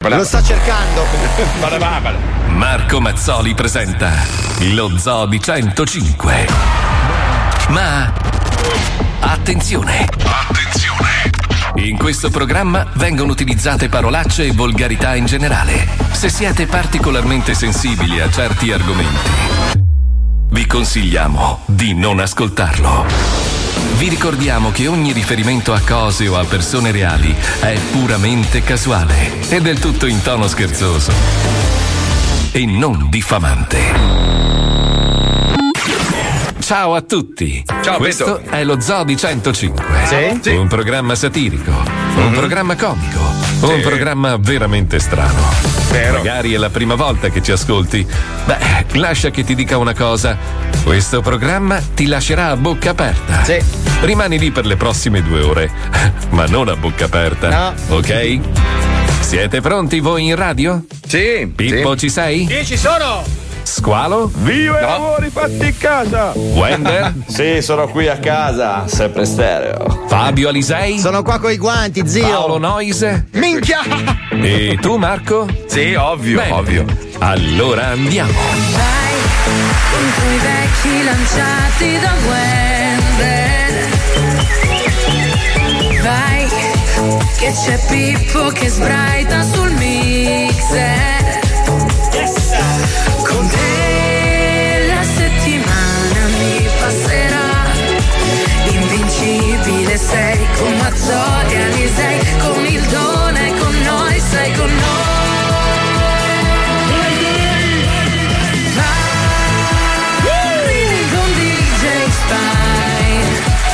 Lo sta cercando. Marco Mazzoli presenta lo Zoo di 105. Ma attenzione! In questo programma vengono utilizzate parolacce e volgarità in generale. Se siete particolarmente sensibili a certi argomenti, vi consigliamo di non ascoltarlo. Vi ricordiamo che ogni riferimento a cose o a persone reali è puramente casuale e del tutto in tono scherzoso e non diffamante. Ciao a tutti. Ciao, questo Beto. è lo Zoo di 105. Sì. Un programma satirico, un programma comico, un programma veramente strano. Vero. Magari è la prima volta che ci ascolti. Beh, lascia che ti dica una cosa. Questo programma ti lascerà a bocca aperta. Sì. Rimani lì per le prossime 2 ore, ma non a bocca aperta. No. Ok? Siete pronti voi in radio? Sì. Pippo, ci sei? Io ci sono! Squalo? Viva i lavori fatti in casa! Wender? Sì, sono qui a casa, sempre stereo. Fabio Alisei? Sono qua coi guanti, zio. Paolo Noise? Minchia! E tu, Marco? Sì, ovvio, Bene. ovvio. Allora andiamo. Vai con quei vecchi lanciati da Wender. Vai che c'è Pippo che sbraita sul mixer. Con te la settimana mi passerà. Invincibile sei con Mazzoli e Alisei. Con il Dona e con noi sei con noi. Arrivi con DJ Spine.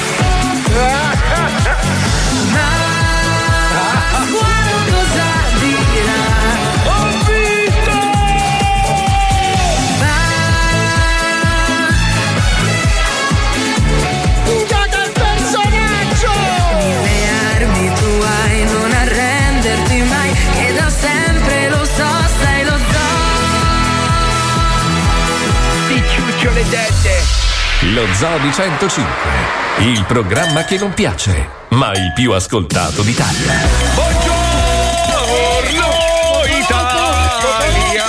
Ma Squalo cosa dirà? Gioca il personaggio! Mille armi tu hai, non arrenderti mai, che da sempre lo so, sei lo zoo. Ti ciuccio le dette! Lo Zoo di 105. Il programma che non piace, ma il più ascoltato d'Italia. Buongiorno Italia!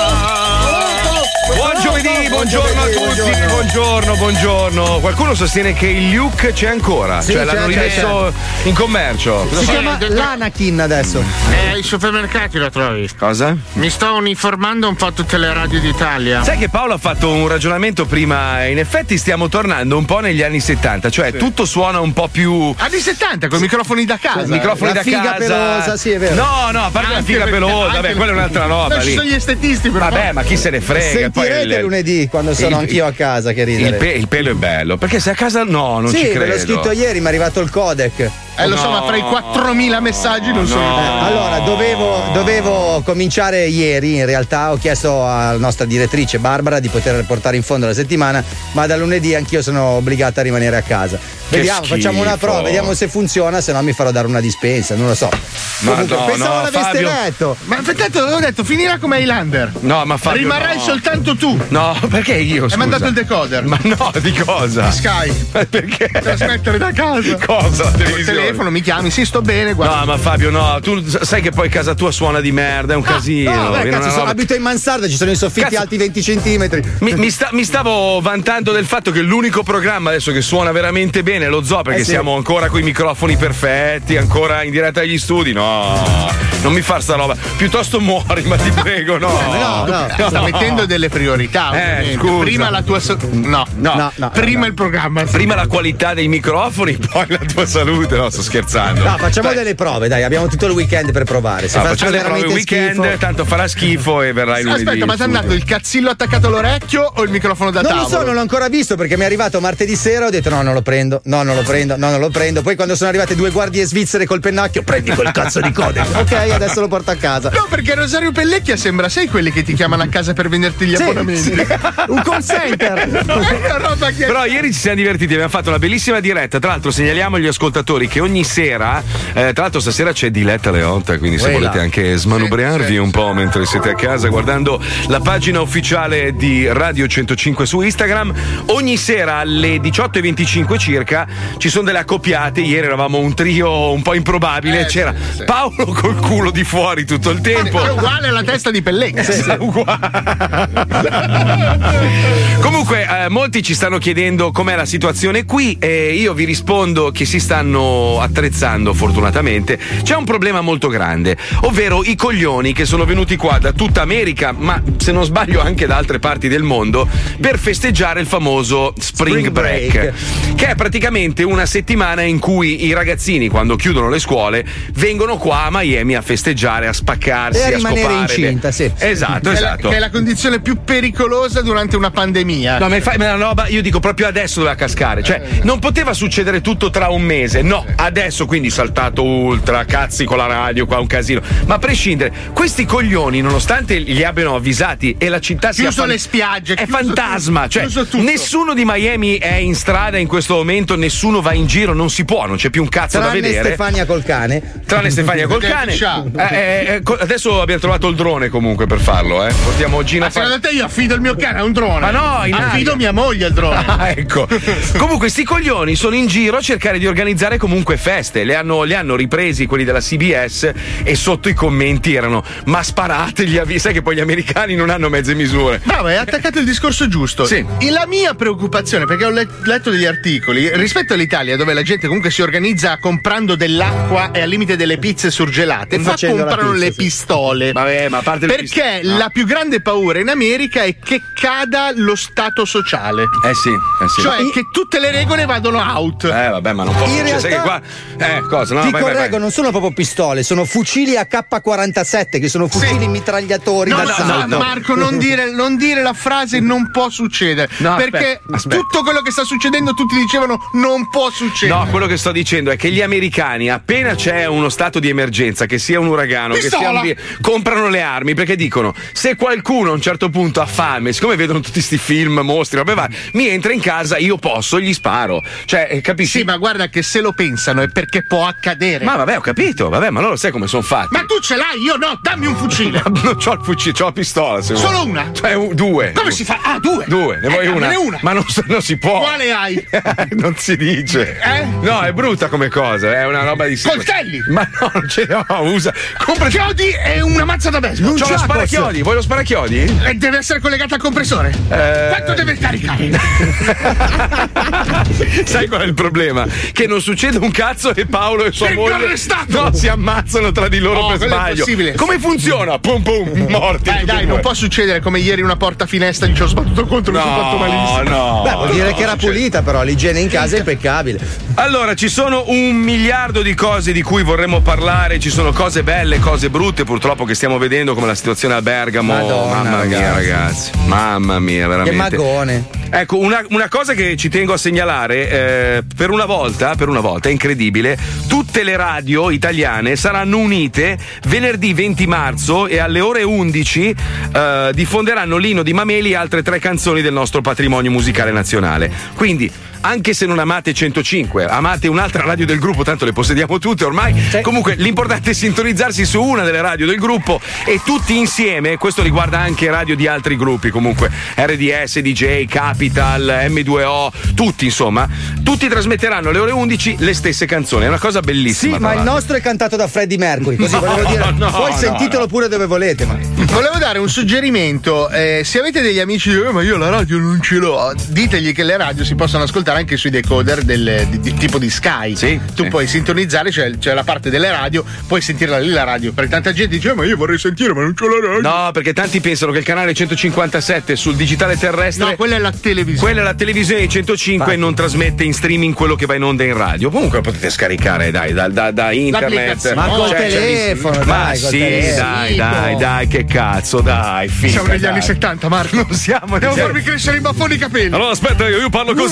Buon giovedì, buongiorno a tutti, buongiorno. Qualcuno sostiene che il Luke c'è ancora, Sì, cioè l'hanno c'è. rimesso in commercio. Si chiama l'Anakin adesso. Ai supermercati lo trovi. Cosa? Mi sto uniformando un po' tutte le radio d'Italia. Sai che Paolo ha fatto un ragionamento prima, in effetti stiamo tornando un po' negli anni 70, cioè tutto suona un po' più... Anni 70 con i microfoni da casa. Microfoni La da figa casa. pelosa, sì, è vero. No, a parte la figa pelosa, vabbè, quella è un'altra roba Non ci lì. sono gli estetisti però. Vabbè, ma chi se ne frega? Poi Sentirete lunedì quando sono anch'io a casa che ridere. il pelo è bello, perché sei a casa no, non ci Sì, ve credo. l'ho scritto ieri, mi è arrivato il codec. Lo so, ma fra i 4.000 messaggi non sono. Allora, dovevo cominciare ieri, in realtà ho chiesto alla nostra direttrice Barbara di poter portare in fondo la settimana, ma da lunedì anch'io sono obbligata a rimanere a casa. Vediamo, schifo. facciamo una prova, vediamo se funziona, se no mi farò dare una dispensa, non lo so. Comunque, no, pensavo no, l'aveste Fabio. letto. Ma aspettate, l'avevo detto, finirà come Highlander. No, ma Fabio, Rimarrai no. soltanto tu. No, perché io? Hai mandato il decoder. Ma no, di cosa? Sky. Perché? Trasmettere da casa. Cosa? La Il televisione? telefono mi chiami, sì, sto bene, guarda. No, ma Fabio, no, tu sai che poi casa tua suona di merda, è un casino. No, beh, viene cazzo, una roba- abito in mansarda, ci sono i soffitti Cazzo. alti 20 centimetri. Mi stavo vantando del fatto che l'unico programma adesso che suona veramente bene è lo Zoo, perché sì. siamo ancora con i microfoni perfetti, ancora in diretta agli studi. No, non mi far sta roba. Piuttosto muori, ma ti prego, no. No. Sta mettendo delle priorità. ovviamente. scusa. Prima la tua. No. Prima il programma. Prima la qualità dei microfoni, poi la tua salute. No, sto scherzando. No, facciamo Dai. delle prove, dai, abbiamo tutto il weekend per provare. Se No, fa facciamo le prove il veramente weekend, schifo- tanto farà schifo e verrai lunedì. Aspetta, ma ti è in andato studio. il cazzillo attaccato all'orecchio o il microfono da Non tavolo? lo so, non l'ho ancora visto perché mi è arrivato martedì sera, ho detto no, non lo prendo. Poi quando sono arrivate 2 guardie svizzere col pennacchio, prendi quel cazzo di codec. Ok, adesso lo porto a casa. No, perché Rosario Pellecchia sembra, sai quelli che ti chiamano a casa per venderti gli Sì, abbonamenti? sì. Un call center. È una roba che. Però ieri ci siamo divertiti, abbiamo fatto una bellissima diretta. Tra l'altro segnaliamo agli ascoltatori che ogni sera, tra l'altro stasera c'è Diletta Leotta, quindi se volete anche smanubriarvi un po' mentre siete a casa guardando la pagina ufficiale di Radio 105 su Instagram, ogni sera alle 18:25 circa ci sono delle accoppiate. Ieri eravamo un trio un po' improbabile, c'era Paolo col culo di fuori tutto il tempo. È uguale alla testa di Pellegrini. Comunque molti ci stanno chiedendo com'è la situazione qui e io vi rispondo che si stanno attrezzando fortunatamente. C'è un problema molto grande, ovvero i coglioni che sono venuti qua da tutta America, ma se non sbaglio anche da altre parti del mondo, per festeggiare il famoso Spring Break, che è praticamente una settimana in cui i ragazzini, quando chiudono le scuole, vengono qua a Miami a festeggiare, a spaccarsi, e a rimanere scopare. incinta, sì. Esatto. Che è la condizione più pericolosa durante una pandemia. No, ma la roba, io dico proprio adesso doveva cascare. Cioè, non poteva succedere tutto tra un mese. No, adesso quindi saltato ultra, cazzi con la radio, qua un casino. Ma a prescindere, questi coglioni, nonostante li abbiano avvisati e la città sia chiuso le spiagge, è fantasma. Cioè, tutto. nessuno di Miami è in strada in questo momento, nessuno va in giro, non si può, non c'è più un cazzo da vedere. Stefania col cane. Tranne Stefania col cane. Adesso abbiamo trovato il drone comunque per farlo, Portiamo Gina. Ma secondo te io affido il mio cane a un drone? Ma no, affido mia moglie al drone. Ecco. Comunque sti coglioni sono in giro a cercare di organizzare comunque feste. Li hanno ripresi quelli della CBS e sotto i commenti erano: ma sparategli, sai che poi gli americani non hanno mezze misure. Bravo, hai attaccato il discorso giusto. Sì. E la mia preoccupazione, perché ho letto degli articoli rispetto all'Italia, dove la gente comunque si organizza comprando dell'acqua e al limite delle pizze surgelate, qua comprano le pistole. Vabbè, ma a parte perché la più grande paura in America è che cada lo stato sociale. Sì. Cioè che tutte le regole vadano out. Vabbè, ma non posso In realtà, che qua. Cosa? No, ti vai, correggo, non sono proprio pistole, sono fucili AK-47, che sono fucili mitragliatori. No, Marco, non dire la frase non può succedere. No, perché aspetta. Tutto quello che sta succedendo tutti dicevano non può succedere. No, quello che sto dicendo è che gli americani, appena c'è uno stato di emergenza, che sia un uragano, pistola, che sia comprano le armi, perché dicono: se qualcuno a un certo punto ha fame, siccome vedono tutti sti film mostri, mi entra in casa, io posso, gli sparo. Cioè, capisci? Sì, ma guarda che se lo pensano è perché può accadere. Ma vabbè, ho capito, ma loro sai come sono fatti. Ma tu ce l'hai, io no, dammi un fucile. Non c'ho il fucile, c'ho la pistola. Solo una? Cioè, due. Come si fa? Ah, due. Ne vuoi una? Ma non si può. Quale hai? Non si dice. No, è brutta come cosa, è una roba di coltelli. Ma no, non ce l'ho, usa. Compra chiodi e una mazza da baseball. C'ho lo sparachiodi, vuoi lo sparachiodi? Deve essere collegato al compressore. Quanto deve caricare? Sai qual è il problema? Che non succede un cazzo e Paolo e sua moglie si ammazzano tra di loro per sbaglio. Come funziona? Pum pum, morti. Dai, non può succedere come ieri una porta finestra che ci ho sbattuto contro, mi sono fatto malissimo. No. Beh, vuol dire che era pulita, però l'igiene in casa è impeccabile. Allora, ci sono 1 miliardo di cose di cui vorremmo parlare, ci sono cose belle, cose brutte, purtroppo, che stiamo vedendo, come la situazione a Bergamo. Madonna, mamma mia, ragazzi. Mamma mia, veramente. Che magone. Ecco, una cosa che ci tengo a segnalare, per una volta, è incredibile, tutte le radio italiane saranno unite venerdì 20 marzo e alle ore 11 diffonderanno l'Inno di Mameli e altre 3 canzoni del nostro patrimonio musicale nazionale. Quindi, anche se non amate 105, amate un'altra radio del gruppo, tanto le possediamo tutte ormai. Sì. Comunque l'importante è sintonizzarsi su una delle radio del gruppo e tutti insieme, questo riguarda anche radio di altri gruppi, comunque RDS, DJ, Capital, M2O, tutti insomma, tutti trasmetteranno alle ore 11 le stesse canzoni, è una cosa bellissima. Sì, ma il nostro è cantato da Freddie Mercury, così volevo dire. Poi sentitelo pure dove volete. Ma volevo dare un suggerimento, se avete degli amici ma io la radio non ce l'ho, ditegli che le radio si possono ascoltare anche sui decoder di tipo di Sky. Sì, tu puoi sintonizzare, c'è la parte delle radio, puoi sentirla lì la radio, perché tanta gente dice ma io vorrei sentire ma non c'ho la radio. No, perché tanti pensano che il canale 157 sul digitale terrestre, no, quella è la televisione, quella è la televisione 105 e non trasmette in streaming quello che va in onda in radio. Comunque lo potete scaricare da internet, ma col telefono, ma sì, dai, che cazzo, dai, figa, siamo negli anni 70, Marco. Non siamo, devo farmi crescere i baffoni i capelli. Allora aspetta, io parlo così adesso.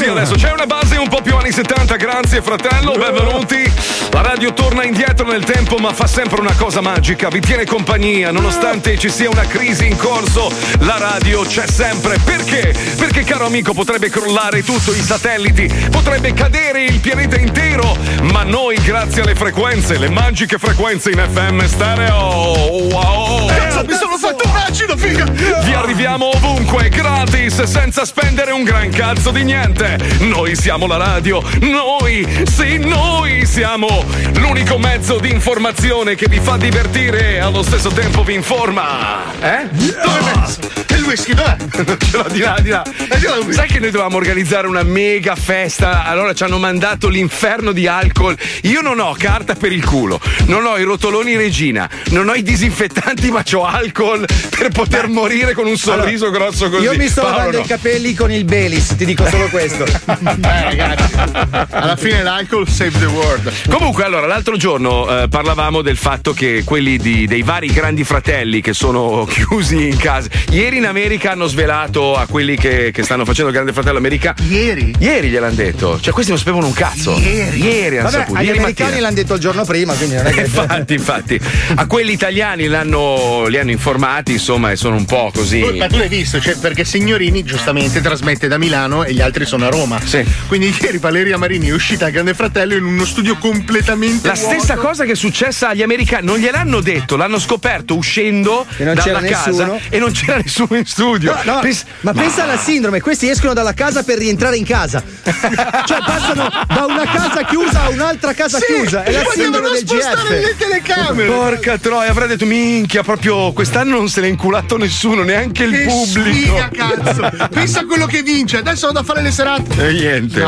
C'è una base un po' più anni 70, grazie fratello, benvenuti. La radio torna indietro nel tempo, ma fa sempre una cosa magica, vi tiene compagnia, nonostante ci sia una crisi in corso, la radio c'è sempre. Perché? Perché, caro amico, potrebbe crollare tutto, i satelliti, potrebbe cadere il pianeta intero, ma noi, grazie alle frequenze, le magiche frequenze in FM stereo, wow! Mi sono fatto un acido, figa! Vi arriviamo ovunque, gratis, senza spendere un gran cazzo di niente. Noi siamo la radio, noi siamo l'unico mezzo di informazione che vi fa divertire e allo stesso tempo vi informa. Dove è messo? E il whisky dov'è? Ce l'ho di là. Sai che noi dovevamo organizzare una mega festa? Allora ci hanno mandato l'inferno di alcol. Io non ho carta per il culo, non ho i rotoloni Regina, non ho i disinfettanti, ma c'ho alcol per poter morire con un sorriso grosso così. Io mi sto lavando i capelli con il Baileys, ti dico solo questo. Ragazzi, alla fine l'alcol save the world. Comunque, allora, l'altro giorno parlavamo del fatto che quelli dei vari grandi fratelli che sono chiusi in casa. Ieri in America hanno svelato a quelli che stanno facendo il Grande Fratello America. Ieri gliel'hanno detto. Cioè, questi non sapevano un cazzo. Ieri hanno saputo. Agli ieri americani mattina. l'hanno detto il giorno prima, quindi non è che. Infatti. A quelli italiani li hanno informati, insomma, e sono un po' così. Ma tu l'hai visto, cioè, perché Signorini giustamente trasmette da Milano e gli altri sono a Roma. Sì. Quindi ieri Valeria Marini è uscita al Grande Fratello in uno studio completamente la stessa cosa che è successa agli americani, non gliel'hanno detto, l'hanno scoperto uscendo dalla casa e non c'era nessuno in studio. No, ma pensa alla sindrome, questi escono dalla casa per rientrare in casa. Cioè passano da una casa chiusa a un'altra casa chiusa. È la sindrome del GF. Le telecamere. Porca troia, avrei detto minchia, proprio quest'anno non se l'è inculato nessuno, neanche il pubblico. Sfiga, cazzo. Pensa a quello che vince, adesso vado a fare le serate. Niente.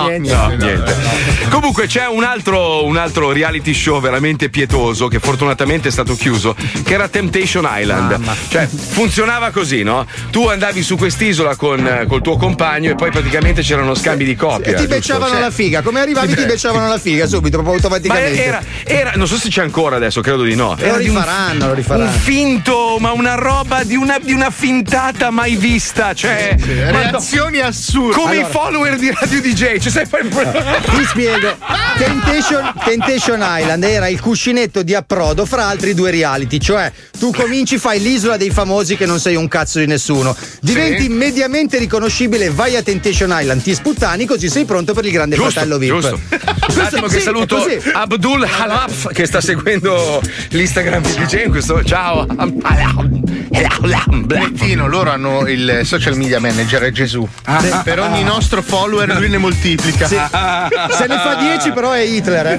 Comunque c'è un altro reality show veramente pietoso che fortunatamente è stato chiuso, che era Temptation Island. Cioè funzionava così, no? Tu andavi su quest'isola col tuo compagno e poi praticamente c'erano scambi di coppia. E ti becciavano la figa, come arrivavi ti becciavano la figa subito, proprio automaticamente. Ma era non so se c'è ancora adesso, credo di no. Lo rifaranno. Un finto, ma una roba di una fintata mai vista, cioè reazioni assurde. Come i follower di Radio DJ, cioè sai ti spiego. Temptation Island era il cuscinetto di approdo fra altri due reality, cioè tu cominci, fai l'isola dei famosi che non sei un cazzo di nessuno, diventi mediamente riconoscibile, vai a Temptation Island, ti sputtani, così sei pronto per il Grande Fratello VIP. Giusto. Un attimo che saluto Abdul Halaf che sta seguendo l'Instagram di DJ in questo. Ciao. Mettino, loro hanno il social media manager, è Gesù. Per ogni nostro follower lui ne moltiplica. Se ne fa 10 però è Hitler.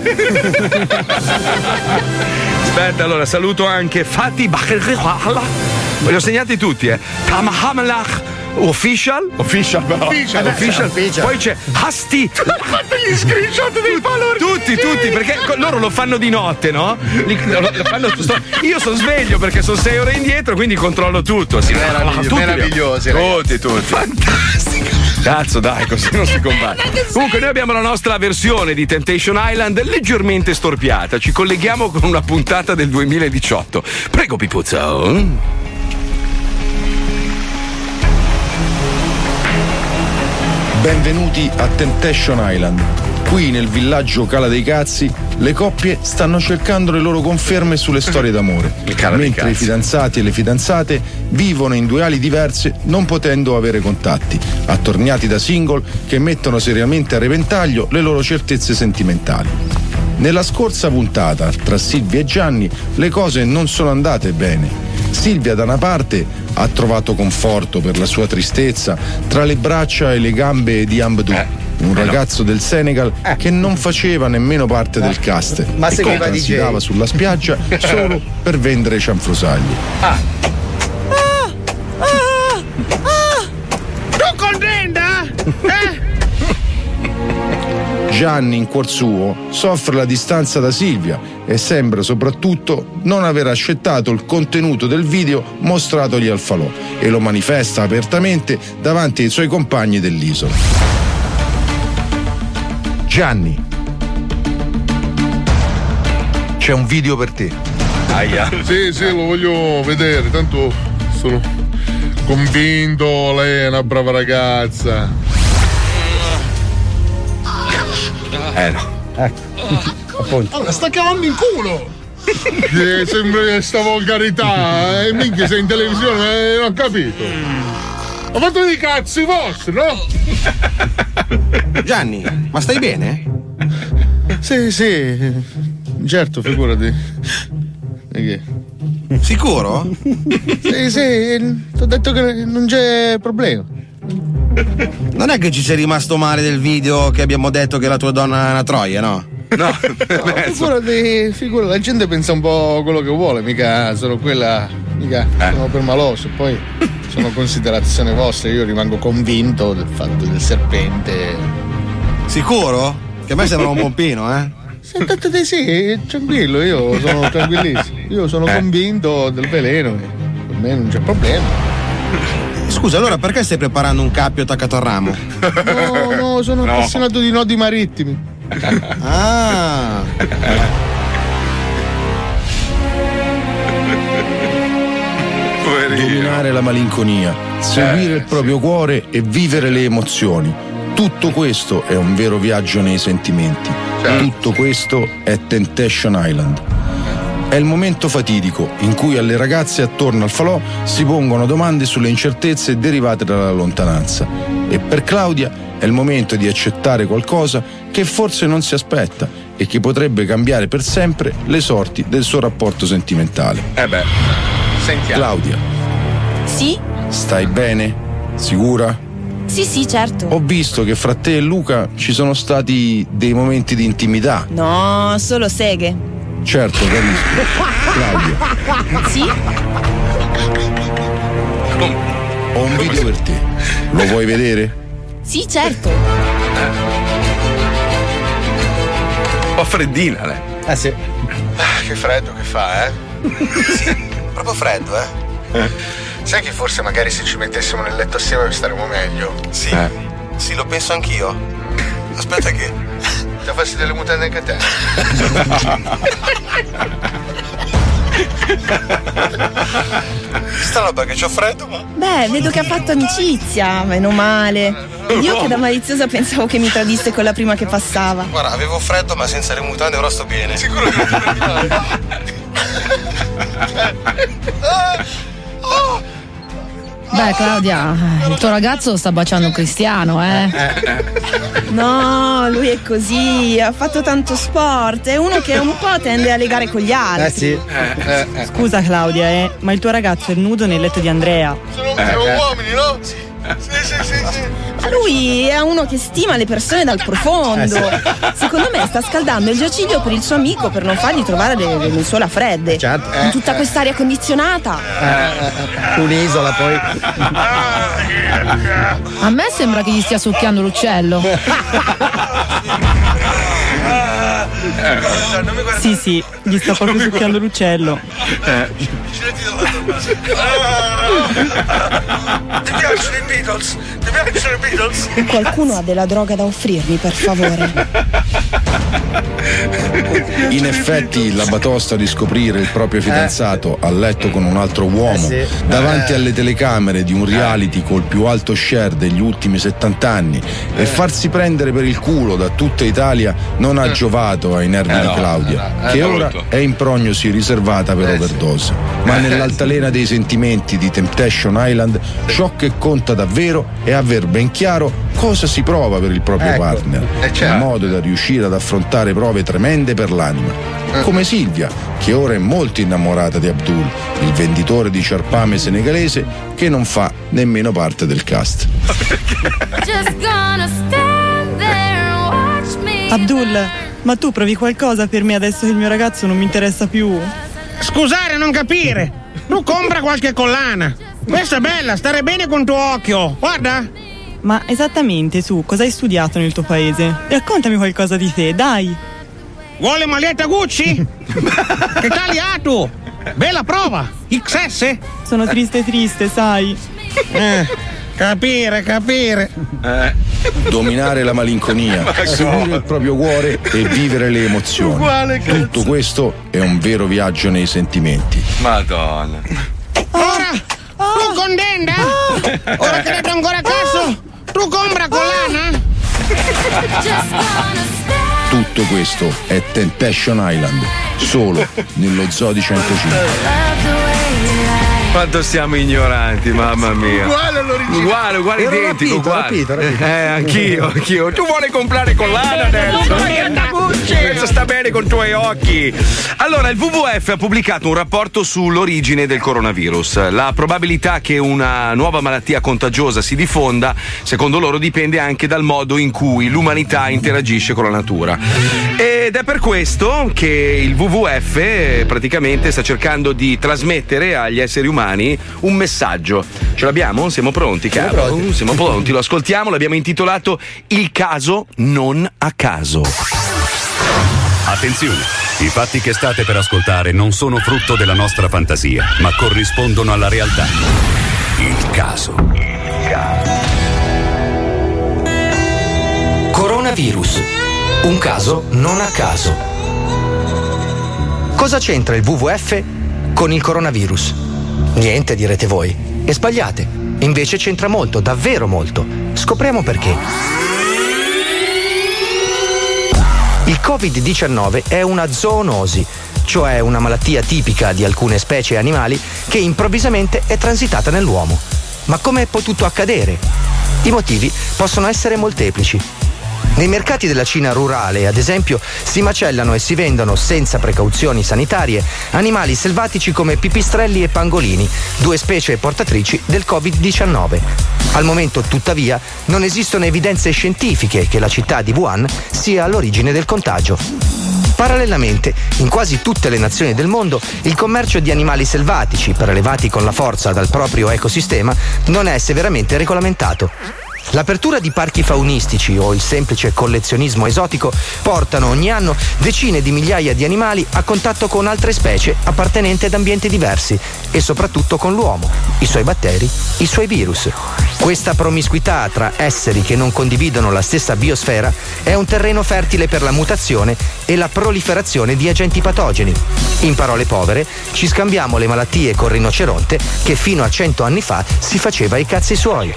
Aspetta, allora saluto anche Fatih Bakhri. Li ho segnati tutti, Tamhamlach Official. Poi c'è Hasti. Ha fatto gli screenshot dei follower. Tutti, perché loro lo fanno di notte, no? Io sono sveglio perché sono 6 ore indietro, quindi controllo tutto. Meravigliosi. Tutti. Fantastico. Cazzo, dai, così non si combatte. Comunque, noi abbiamo la nostra versione di Temptation Island leggermente storpiata. Ci colleghiamo con una puntata del 2018. Prego, Pipuzzo. Benvenuti a Temptation Island. Qui nel villaggio Cala dei Cazzi le coppie stanno cercando le loro conferme sulle storie d'amore, mentre i fidanzati e le fidanzate vivono in due ali diverse, non potendo avere contatti, attorniati da single che mettono seriamente a repentaglio le loro certezze sentimentali. Nella scorsa puntata, tra Silvia e Gianni, le cose non sono andate bene. Silvia, da una parte, ha trovato conforto per la sua tristezza tra le braccia e le gambe di Amadou, un ragazzo del Senegal che non faceva nemmeno parte del cast ma e che transitava sulla spiaggia solo per vendere cianfrusagli. Tu contenta? Gianni, in cuor suo, soffre la distanza da Silvia e sembra soprattutto non aver accettato il contenuto del video mostratogli al falò e lo manifesta apertamente davanti ai suoi compagni dell'isola. Gianni, c'è un video per te. Aia. Sì, lo voglio vedere, tanto sono convinto, lei è una brava ragazza. No. Ecco. Appunto. Allora, sta cavando in culo! Sembra questa volgarità, minchia, sei in televisione, non ho capito. Ho fatto dei cazzi vostri, no? Gianni, ma stai bene? Sì, certo, figurati. E che? Sicuro? Sì, ti ho detto che non c'è problema. Non è che ci sei rimasto male del video che abbiamo detto che la tua donna è una troia, no? No, figurati, la gente pensa un po' quello che vuole, mica sono sono permaloso, poi sono considerazioni vostre, io rimango convinto del fatto del serpente. Sicuro? Che a me sembra un pompino, eh? Se ho detto di sì, tranquillo, io sono tranquillissimo, io sono convinto del veleno, per me non c'è problema. Scusa, allora perché stai preparando un cappio attaccato al ramo? No, sono appassionato di nodi marittimi. Ah. Dominare la malinconia, seguire il proprio cuore e vivere le emozioni. Tutto questo è un vero viaggio nei sentimenti. Tutto questo è Temptation Island. È il momento fatidico in cui alle ragazze attorno al falò si pongono domande sulle incertezze derivate dalla lontananza. E per Claudia è il momento di accettare qualcosa che forse non si aspetta e che potrebbe cambiare per sempre le sorti del suo rapporto sentimentale. Sentiamo. Claudia. Sì? Stai bene? Sicura? Sì, certo. Ho visto che fra te e Luca ci sono stati dei momenti di intimità. No, solo seghe. Certo, capisco. Claudia. Sì? Ho un video per te. Lo vuoi vedere? Sì, certo. Un po' freddina lei. Sì. Che freddo che fa, Sì, proprio freddo, Sai che forse magari se ci mettessimo nel letto assieme staremo meglio? Sì. Sì, lo penso anch'io. Aspetta che. Ti fassi delle mutande anche a te? Strano perché c'ho freddo, ma. Beh, vedo che ha fatto amicizia, meno male. Io che da maliziosa pensavo che mi tradisse con la prima che passava. Guarda, avevo freddo ma senza le mutande ora sto bene. Sicuro che Beh, Claudia, il tuo ragazzo sta baciando un cristiano, No, lui è così, ha fatto tanto sport, è uno che un po' tende a legare con gli altri. Scusa Claudia, ma il tuo ragazzo è nudo nel letto di Andrea. Sono uomini, no? Sì. Ma lui è uno che stima le persone dal profondo. Secondo me sta scaldando il giaciglio per il suo amico per non fargli trovare le lenzuola fredde. In tutta quest'aria condizionata. Un'isola poi. A me sembra che gli stia succhiando l'uccello. Sì, gli sta proprio succhiando l'uccello. Ti piacciono i Beatles? Qualcuno ha della droga da offrirmi, per favore. In effetti la batosta di scoprire il proprio fidanzato a letto con un altro uomo davanti alle telecamere di un reality col più alto share degli ultimi 70 anni e farsi prendere per il culo da tutta Italia non ha giovato ai nervi di Claudia, che ora è in prognosi riservata per overdose. Ma nell'altalena dei sentimenti di Temptation Island ciò che conta davvero è aver ben chiaro cosa si prova per il proprio partner, in modo da riuscire ad affrontare prove tremende per l'anima. Come Silvia, che ora è molto innamorata di Abdul, il venditore di ciarpame senegalese che non fa nemmeno parte del cast. Abdul, ma tu provi qualcosa per me adesso che il mio ragazzo non mi interessa più? Scusare, non capire. Tu compra qualche collana. Questa è bella, stare bene con tuo occhio. Guarda. Ma esattamente, su, cosa hai studiato nel tuo paese? Raccontami qualcosa di te, dai. Vuole maglietta Gucci? Che taglia ha tu? Bella prova. XS? Sono triste, sai. Capire. Dominare la malinconia, seguire il proprio cuore e vivere le emozioni. Tutto questo è un vero viaggio nei sentimenti. Madonna. Ora, tu condenda? Ora che date ancora cazzo? Tu compra collana? Tutto questo è Temptation Island, solo nello Zoo di 105. Quanto siamo ignoranti, mamma mia. Uguale all'originale. Uguale, identico, uguale. Anch'io. Tu vuoi comprare collana adesso? Questo sta bene con i tuoi occhi. Allora, il WWF ha pubblicato un rapporto sull'origine del coronavirus. La probabilità che una nuova malattia contagiosa si diffonda, secondo loro, dipende anche dal modo in cui l'umanità interagisce con la natura. Ed è per questo che il WWF praticamente sta cercando di trasmettere agli esseri umani un messaggio. Ce l'abbiamo? Siamo pronti, caro? Siamo pronti, lo ascoltiamo, l'abbiamo intitolato Il caso non a caso. Attenzione, i fatti che state per ascoltare non sono frutto della nostra fantasia, ma corrispondono alla realtà. Il caso. Coronavirus. Un caso non a caso. Cosa c'entra il WWF con il coronavirus? Niente, direte voi. E sbagliate. Invece c'entra molto, davvero molto. Scopriamo perché. Il Covid-19 è una zoonosi, cioè una malattia tipica di alcune specie animali che improvvisamente è transitata nell'uomo. Ma come è potuto accadere? I motivi possono essere molteplici. Nei mercati della Cina rurale, ad esempio, si macellano e si vendono senza precauzioni sanitarie animali selvatici come pipistrelli e pangolini, due specie portatrici del Covid-19. Al momento, tuttavia, non esistono evidenze scientifiche che la città di Wuhan sia all'origine del contagio. Parallelamente, in quasi tutte le nazioni del mondo, il commercio di animali selvatici, prelevati con la forza dal proprio ecosistema, non è severamente regolamentato. L'apertura di parchi faunistici o il semplice collezionismo esotico portano ogni anno decine di migliaia di animali a contatto con altre specie appartenenti ad ambienti diversi e soprattutto con l'uomo, i suoi batteri, i suoi virus. Questa promiscuità tra esseri che non condividono la stessa biosfera è un terreno fertile per la mutazione e la proliferazione di agenti patogeni. In parole povere, ci scambiamo le malattie col rinoceronte che fino a 100 anni fa si faceva i cazzi suoi.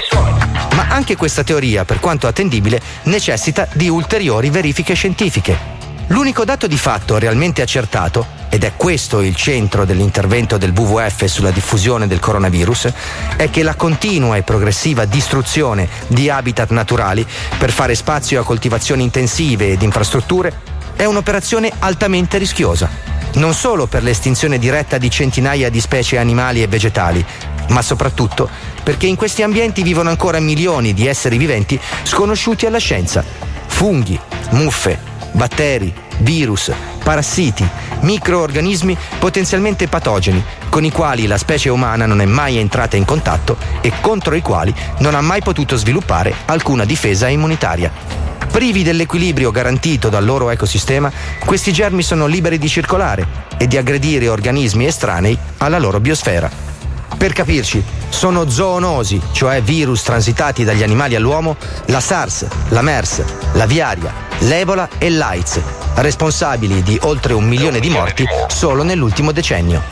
Ma anche questa teoria, per quanto attendibile, necessita di ulteriori verifiche scientifiche. L'unico dato di fatto realmente accertato, ed è questo il centro dell'intervento del WWF sulla diffusione del coronavirus, è che la continua e progressiva distruzione di habitat naturali per fare spazio a coltivazioni intensive ed infrastrutture è un'operazione altamente rischiosa. Non solo per l'estinzione diretta di centinaia di specie animali e vegetali, ma soprattutto perché in questi ambienti vivono ancora milioni di esseri viventi sconosciuti alla scienza. Funghi, muffe, batteri, virus, parassiti, microorganismi potenzialmente patogeni, con i quali la specie umana non è mai entrata in contatto e contro i quali non ha mai potuto sviluppare alcuna difesa immunitaria. Privi dell'equilibrio garantito dal loro ecosistema, questi germi sono liberi di circolare e di aggredire organismi estranei alla loro biosfera. Per capirci, sono zoonosi, cioè virus transitati dagli animali all'uomo, la SARS, la MERS, l'aviaria, l'Ebola e l'AIDS, responsabili di oltre 1 milione di morti solo nell'ultimo decennio.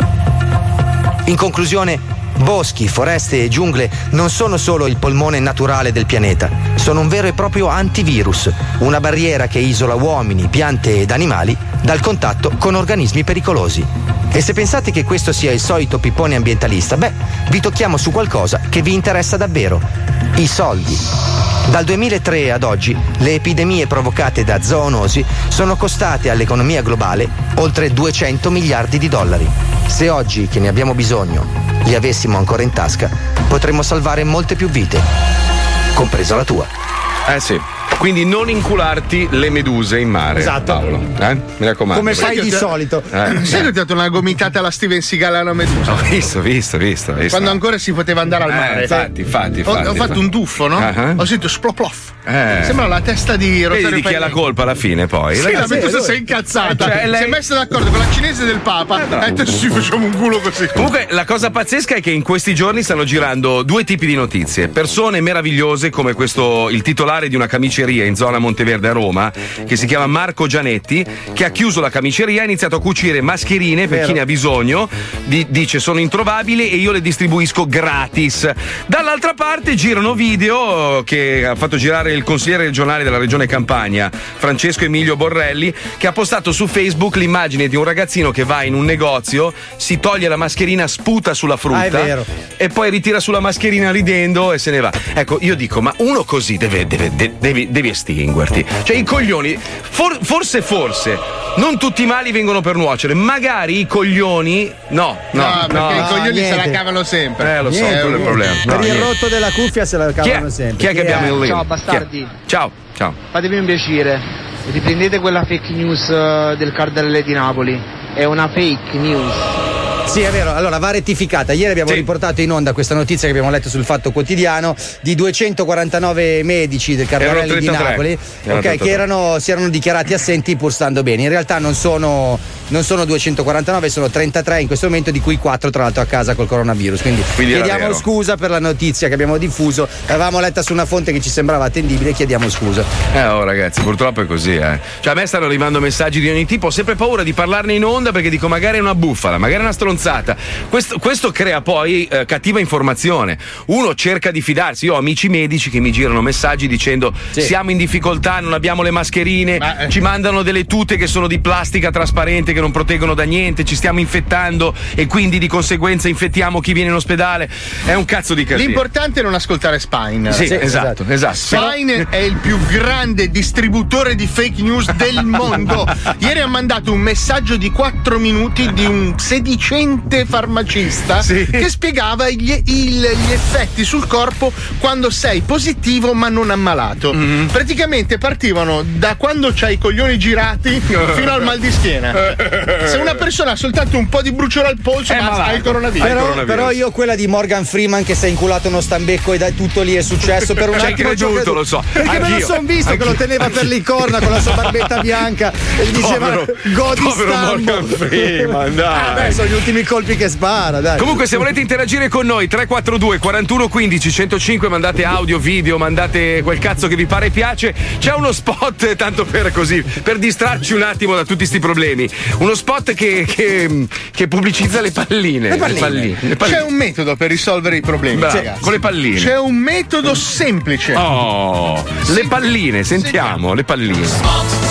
In conclusione, boschi, foreste e giungle non sono solo il polmone naturale del pianeta, sono un vero e proprio antivirus, una barriera che isola uomini, piante ed animali dal contatto con organismi pericolosi. E se pensate che questo sia il solito pippone ambientalista, vi tocchiamo su qualcosa che vi interessa davvero: i soldi. Dal 2003 ad oggi le epidemie provocate da zoonosi sono costate all'economia globale oltre 200 miliardi di dollari. Se oggi, che ne abbiamo bisogno, li avessimo ancora in tasca, potremmo salvare molte più vite, compresa la tua. Sì. Quindi non incularti le meduse in mare. Esatto. Paolo. Mi raccomando. Come fai di solito. Sai che ho dato una gomitata alla Steven Seagal alla medusa? Ho visto. Quando ancora si poteva andare al mare. Infatti. Ho fatto un tuffo, no? Ho sentito sploplof. Sembra la testa di Rosario. Vedi di chi ha la colpa alla fine poi? Sì, la medusa si è incazzata. Si è messa d'accordo con la cinese del Papa. E adesso ci facciamo un culo così. Comunque la cosa pazzesca è che in questi giorni stanno girando due tipi di notizie. Persone meravigliose come questo, il titolare di una camicia camiceria in zona Monteverde a Roma, che si chiama Marco Gianetti, che ha chiuso la camiceria, ha iniziato a cucire mascherine per chi ne ha bisogno. Dice sono introvabili e io le distribuisco gratis. Dall'altra parte girano video che ha fatto girare il consigliere regionale della regione Campania, Francesco Emilio Borrelli, che ha postato su Facebook l'immagine di un ragazzino che va in un negozio, si toglie la mascherina, sputa sulla frutta e poi ritira sulla mascherina ridendo e se ne va. Ecco, io dico, ma uno così devi estinguerti. Cioè i coglioni, forse non tutti i mali vengono per nuocere, magari i coglioni no, perché i coglioni se la cavano sempre. Lo so, quello è il problema. Per il rotto della cuffia se la cavano sempre. Chi è che abbiamo in lì? Ciao bastardi. Ciao. Fatemi un piacere, riprendete quella fake news del Cardarelli di Napoli. È una fake news. Sì, è vero, allora va rettificata. Ieri abbiamo riportato in onda questa notizia che abbiamo letto sul Fatto Quotidiano di 249 medici del Cardarelli di Napoli che si erano dichiarati assenti pur stando bene. In realtà non sono 249, sono 33 in questo momento, di cui 4 tra l'altro a casa col coronavirus. Quindi chiediamo scusa per la notizia che abbiamo diffuso. L'avevamo letta su una fonte che ci sembrava attendibile, chiediamo scusa. Ragazzi, purtroppo è così, Cioè a me stanno arrivando messaggi di ogni tipo, ho sempre paura di parlarne in onda perché dico magari è una bufala, magari è una stronzata. Questo crea poi cattiva informazione. Uno cerca di fidarsi. Io ho amici medici che mi girano messaggi dicendo siamo in difficoltà, non abbiamo le mascherine, ci mandano delle tute che sono di plastica trasparente che non proteggono da niente, ci stiamo infettando e quindi di conseguenza infettiamo chi viene in ospedale. È un cazzo di casino. L'importante è non ascoltare Spine. Sì, esatto. Spine è il più grande distributore di fake news del mondo. Ieri ha mandato un messaggio di 4 minuti di un sedicente farmacista che spiegava gli effetti sul corpo quando sei positivo ma non ammalato. Praticamente partivano da quando c'hai i coglioni girati fino al mal di schiena. Se una persona ha soltanto un po' di bruciore al polso ha il coronavirus. Però io quella di Morgan Freeman che si è inculato uno stambecco e tutto lì è successo per un attimo. Creduto, lo so. Perché me lo son visto che lo teneva per l'incorna con la sua barbetta bianca e gli diceva godi stambo. Morgan Freeman, dai. Sono gli ultimi colpi che spara, dai. Comunque, se volete interagire con noi, 342 41 15 105, mandate audio, video, mandate quel cazzo che vi pare e piace. C'è uno spot, tanto per distrarci un attimo da tutti sti problemi. Uno spot che pubblicizza le palline. C'è un metodo per risolvere i problemi, ragazzi. Con le palline. C'è un metodo semplice. Le palline, sentiamo le palline.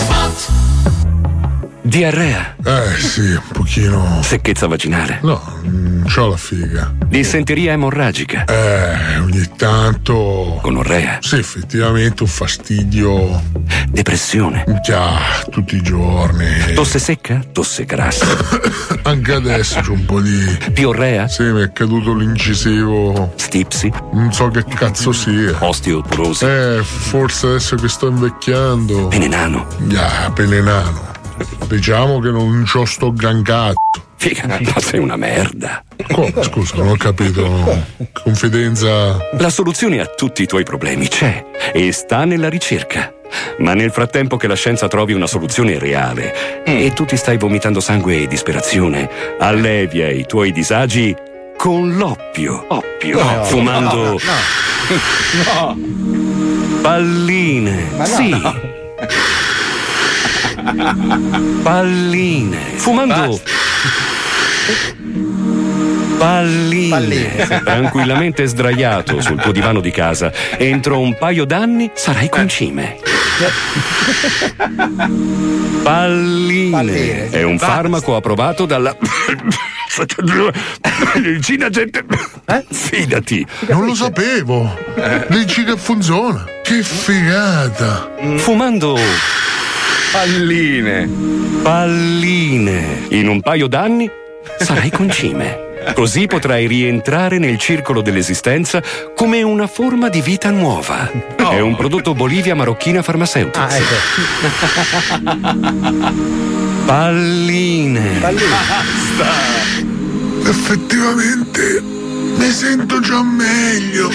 Diarrea? Sì, un pochino. Secchezza vaginale? No, c'ho la figa. Dissenteria emorragica? Ogni tanto. Gonorrea? Sì, effettivamente un fastidio. Depressione? Già, tutti i giorni. Tosse secca? Tosse grassa? Anche adesso c'ho un po' di. Piorrea? Sì, mi è caduto l'incisivo. Stipsi? Non so che cazzo sia. Osteoporosi? Forse adesso che sto invecchiando. Penenano? Già, penenano. Diciamo che non c'ho sto gran cazzo. Figa, ma sei una merda. Come? Scusa, non ho capito. Confidenza. La soluzione a tutti i tuoi problemi c'è e sta nella ricerca. Ma nel frattempo che la scienza trovi una soluzione reale e tu ti stai vomitando sangue e disperazione, allevia i tuoi disagi con l'oppio. Fumando palline. Palline. Fumando palline. Tranquillamente sdraiato sul tuo divano di casa. Entro un paio d'anni sarai concime. Palline. È un farmaco approvato dalla medicina gente. Fidati. Non lo sapevo. Dici che funziona. Che figata. Fumando palline. In un paio d'anni sarai concime. Così potrai rientrare nel circolo dell'esistenza come una forma di vita nuova. È un prodotto Bolivia Marocchina Farmaceutica. Palline. Basta. Effettivamente mi sento già meglio.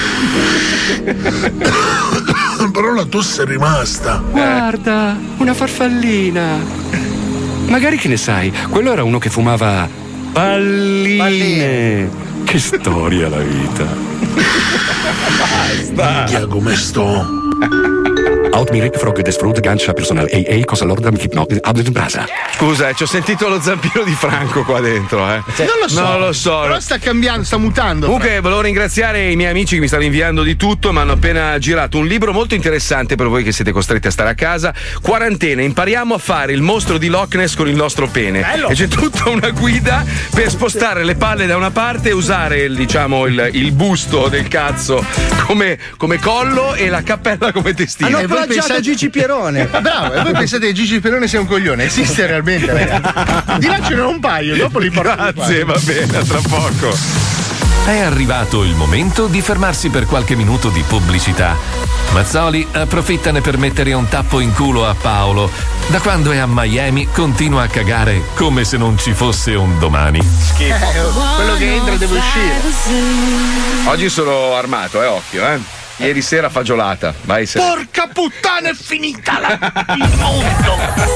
Però la tosse è rimasta. Guarda, una farfallina. Magari, che ne sai, quello era uno che fumava palline. Che storia la vita. Basta. Minchia, come sto? Out me Rick Frog des Fruit Gancia personal AA cosa l'ordine mi hypnotic abit brasa. Scusa, ci ho sentito lo zampino di Franco qua dentro, Non lo so. Però sta cambiando, sta mutando. Comunque volevo ringraziare i miei amici che mi stanno inviando di tutto, mi hanno appena girato un libro molto interessante per voi che siete costretti a stare a casa. Quarantena, impariamo a fare il mostro di Loch Ness con il nostro pene. Bello. E c'è tutta una guida per spostare le palle da una parte e usare il busto del cazzo come collo e la cappella come testino. Hanno plagiato Gigi Pierone. Bravo, e voi pensate che Gigi Pierone sia un coglione? Esiste realmente, ragazzi. Di là ce n'è un paio, dopo li porto. Grazie, va bene, a tra poco. È arrivato il momento di fermarsi per qualche minuto di pubblicità. Mazzoli approfittane per mettere un tappo in culo a Paolo. Da quando è a Miami continua a cagare come se non ci fosse un domani. Quello che entra deve uscire. Oggi sono armato, occhio, Ieri sera fagiolata. Vai, Porca puttana, è finita il mondo.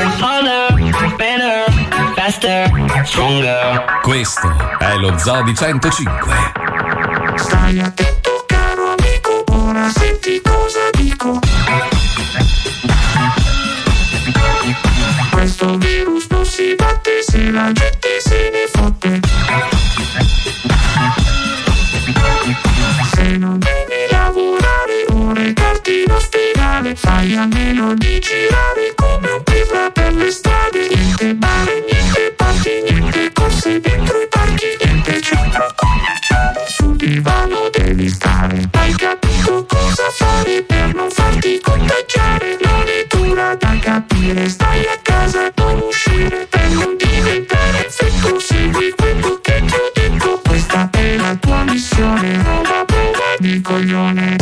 Questo è lo Zoo di 105. Stai attento caro amico, ora senti cosa dico. Questo virus non si batte se la gente se ne fotte. Se non devi lavorare o recarti in ospedale, fai a meno di girare come un pirla per le strade. Niente mare, niente parchi, niente corse dentro i parchi, niente centro commerciale. Sul divano devi stare, hai capito cosa fare per non farti contagiare. Non è dura da capire, stai a casa, non uscire per non diventare infetto. Segui quello che ti ho detto, questa è la tua missione. Roba prova di coglione.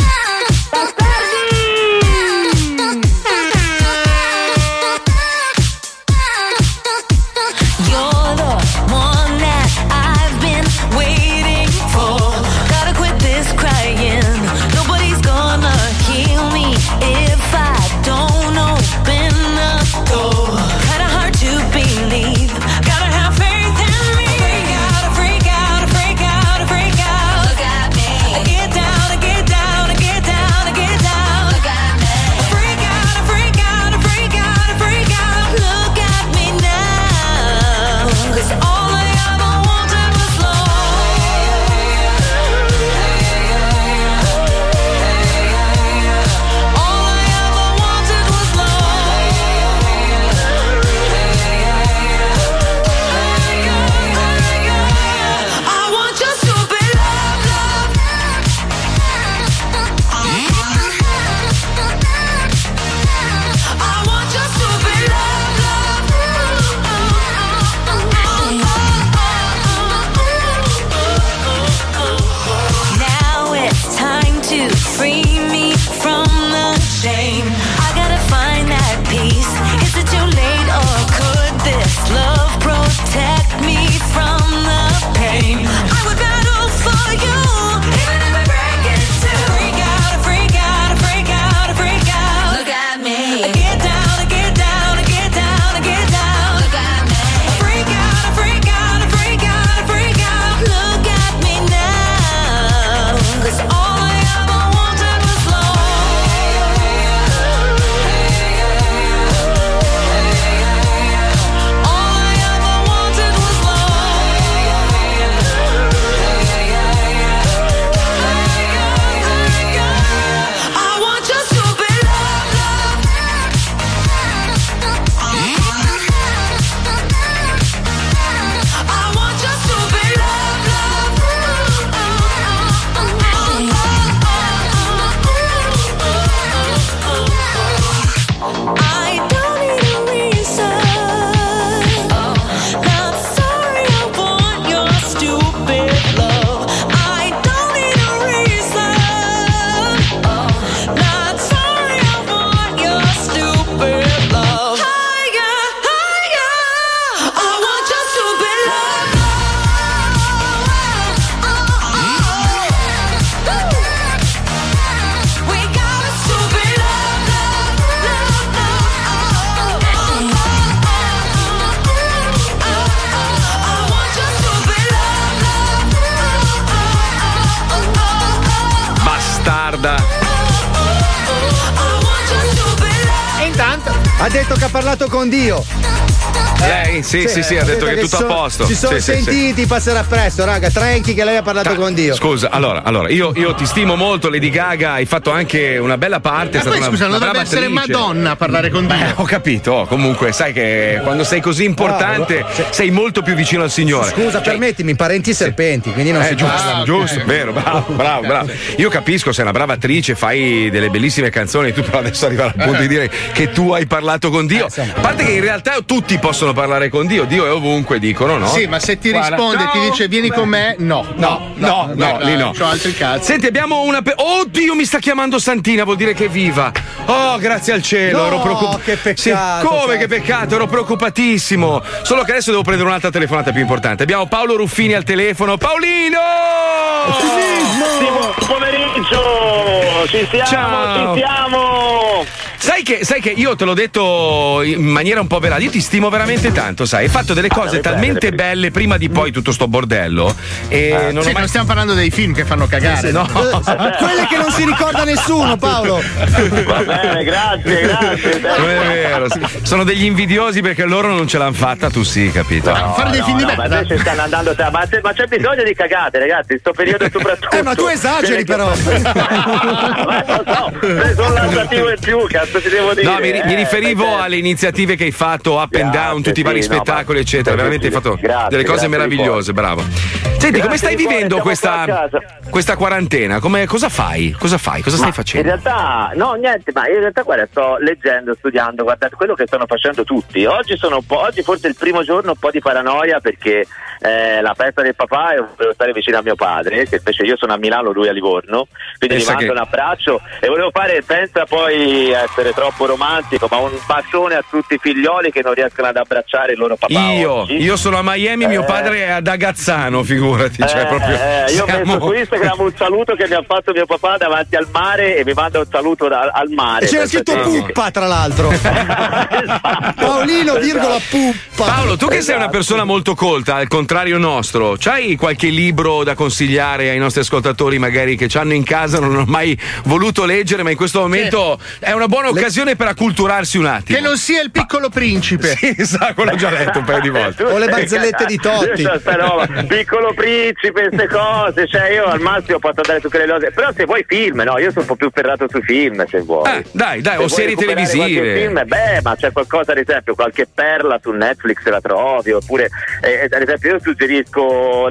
intanto ha detto che ha parlato con Dio. Lei? Sì, ha detto che è tutto a posto. Si sono sentiti, passerà presto, raga. Tranqui che lei ha parlato con Dio. Scusa, allora, io ti stimo molto, Lady Gaga, hai fatto anche una bella parte. Ma poi scusa, non dovrebbe essere Madonna a parlare con Dio. Ho capito, comunque sai che quando sei così importante sei molto più vicino al Signore. Scusa, permettimi, parenti serpenti, quindi non si parla. Giusto, vero, bravo. Io capisco, sei una brava attrice, fai delle bellissime canzoni, tu però adesso arriva al punto di dire che tu hai parlato con Dio. A parte che in realtà tutti possono parlare con Dio è ovunque, dicono, no? Sì, ma se ti risponde e ti dice vieni con me, no, lì no. C'ho altri cazzi. Senti, abbiamo Oddio, mi sta chiamando Santina, vuol dire che è viva. Oh, grazie al cielo, ero preoccupato. Che peccato. Come che peccato, ero preoccupatissimo. Solo che adesso devo prendere un'altra telefonata più importante. Abbiamo Paolo Ruffini al telefono. Paolino! Buon pomeriggio! Ci siamo! Sai che io te l'ho detto in maniera un po' velata, io ti stimo veramente tanto, sai, hai fatto delle cose talmente belle prima di poi tutto sto bordello e non stiamo parlando dei film che fanno cagare, no? Quelle che non si ricorda nessuno, Paolo. Va bene, grazie. Non è vero, sono degli invidiosi perché loro non ce l'hanno fatta, tu sì, capito? Fare dei film di merda. Ma invece stanno andando ma c'è bisogno di cagate, ragazzi, in sto periodo soprattutto. Ma tu esageri però. Ma non so, preso un lassativo in più, cazzo ti devo dire. No, mi riferivo alle iniziative che hai fatto, up and down, tutti i vari spettacoli, eccetera. Veramente hai fatto delle cose meravigliose, bravo. Senti, come stai vivendo questa quarantena? Cosa fai? Cosa stai facendo? In realtà, no, niente, ma in realtà guarda, sto leggendo, studiando, guardate quello che stanno facendo tutti. Oggi forse è il primo giorno un po' di paranoia perché la festa del papà e volevo stare vicino a mio padre, che invece io sono a Milano, lui a Livorno, quindi gli mando un abbraccio e volevo fare, senza poi essere troppo romantico, ma un bacione a tutti i figlioli che non riescono ad abbracciare il loro papà. Io sono a Miami, mio padre è ad Agazzano, figurati. Io ho messo su Instagram un saluto che mi ha fatto mio papà davanti al mare e mi manda un saluto al mare. E c'era scritto puppa, tra l'altro. Paolino, virgola puppa. Paolo, tu che sei una persona molto colta, al contrario nostro, c'hai qualche libro da consigliare ai nostri ascoltatori magari che c'hanno in casa, non hanno mai voluto leggere, ma in questo momento è una buona occasione per acculturarsi un attimo? Che non sia Il Piccolo Principe. Sì, esatto, quello ho già letto un paio di volte. O le barzellette di Totti. Piccolo Principe, queste cose, cioè io al massimo posso andare su quelle cose, però se vuoi film, no, io sono un po' più ferrato sui film, se vuoi. Dai, o serie televisive. Film, ma c'è qualcosa, ad esempio, qualche perla su Netflix la trovi, oppure ad esempio io suggerisco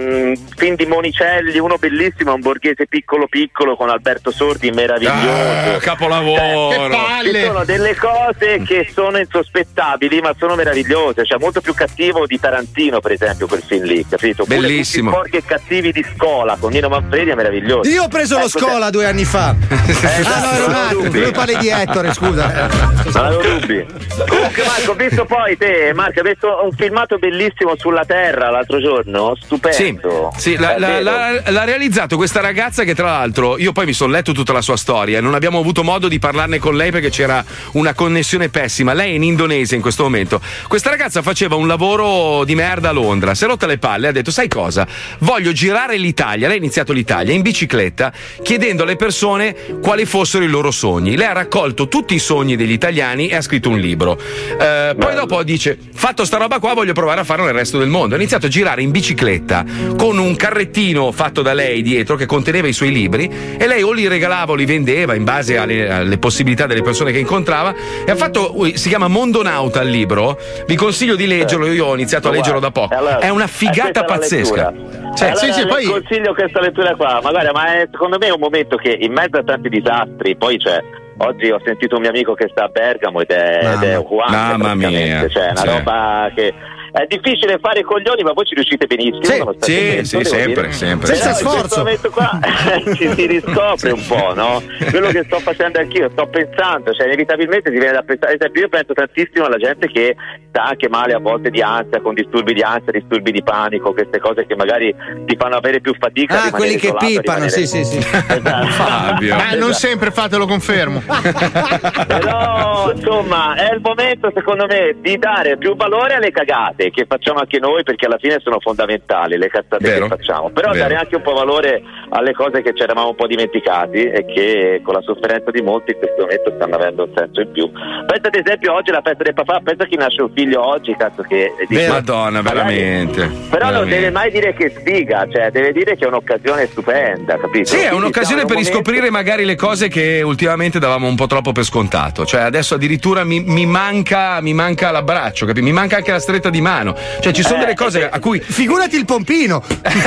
film di Monicelli, uno bellissimo, un borghese piccolo con Alberto Sordi, meraviglioso. Capolavoro. Che palle. Ci sono delle cose che sono insospettabili ma sono meravigliose, cioè molto più cattivo di Tarantino, per esempio, quel film lì, capito? Bellissimo. Porchi e cattivi di Scola con Nino Manfredi è meraviglioso. Io ho preso lo Scola 2 anni fa. Era un attimo, lui parli di Ettore, scusa. Non avevo dubbi. Comunque Marco, ho visto poi te, Marco, hai visto un filmato bellissimo sulla Terra l'altro giorno, stupendo. Sì, l'ha realizzato questa ragazza che tra l'altro io poi mi sono letto tutta la sua storia, non abbiamo avuto modo di parlarne con lei perché c'era una connessione pessima. Lei è in Indonesia in questo momento. Questa ragazza faceva un lavoro di merda a Londra, si è rotta le palle, ha detto sai cosa? Voglio girare l'Italia. Lei ha iniziato l'Italia in bicicletta chiedendo alle persone quali fossero i loro sogni. Lei ha raccolto tutti i sogni degli italiani e ha scritto un libro. Poi dopo dice fatto sta roba qua voglio provare a farlo nel resto del mondo. Ha iniziato a girare in bicicletta con un carrettino fatto da lei dietro che conteneva i suoi libri e lei o li regalava o li vendeva in base alle possibilità delle persone che incontrava e ha fatto, si chiama Mondonauta il libro, vi consiglio di leggerlo, io ho iniziato a leggerlo da poco, allora, è una figata pazzesca. Poi consiglio questa lettura qua, magari, ma secondo me è un momento che in mezzo a tanti disastri, poi oggi ho sentito un mio amico che sta a Bergamo ed è uguale, mamma mia, cioè una roba che è difficile fare i coglioni, ma voi ci riuscite benissimo. Sì, sempre. Senza sforzo. In questo momento qua ci si riscopre un po', no? Quello che sto facendo anch'io, sto pensando, cioè inevitabilmente si viene da pensare. Ad esempio, io penso tantissimo alla gente che sta anche male a volte di ansia, con disturbi di ansia, disturbi di panico, queste cose che magari ti fanno avere più fatica. Quelli che pippano, sì. Esatto. Fabio. Non sempre fate, lo confermo. Però, insomma, è il momento, secondo me, di dare più valore alle cagate che facciamo anche noi, perché alla fine sono fondamentali le cazzate che facciamo, però dare anche un po' valore alle cose che ci eravamo un po' dimenticati e che con la sofferenza di molti in questo momento stanno avendo un senso in più. Pensa ad esempio oggi la festa del papà, pensa chi nasce un figlio oggi, cazzo, che Madonna, veramente. Però veramente. non deve mai dire che sfiga, cioè deve dire che è un'occasione stupenda, capito? Sì, è Quindi un'occasione per riscoprire magari le cose che ultimamente davamo un po' troppo per scontato. Cioè adesso addirittura mi manca l'abbraccio, capito? Mi manca anche la stretta di mano. Cioè ci sono delle cose a cui... Figurati il pompino!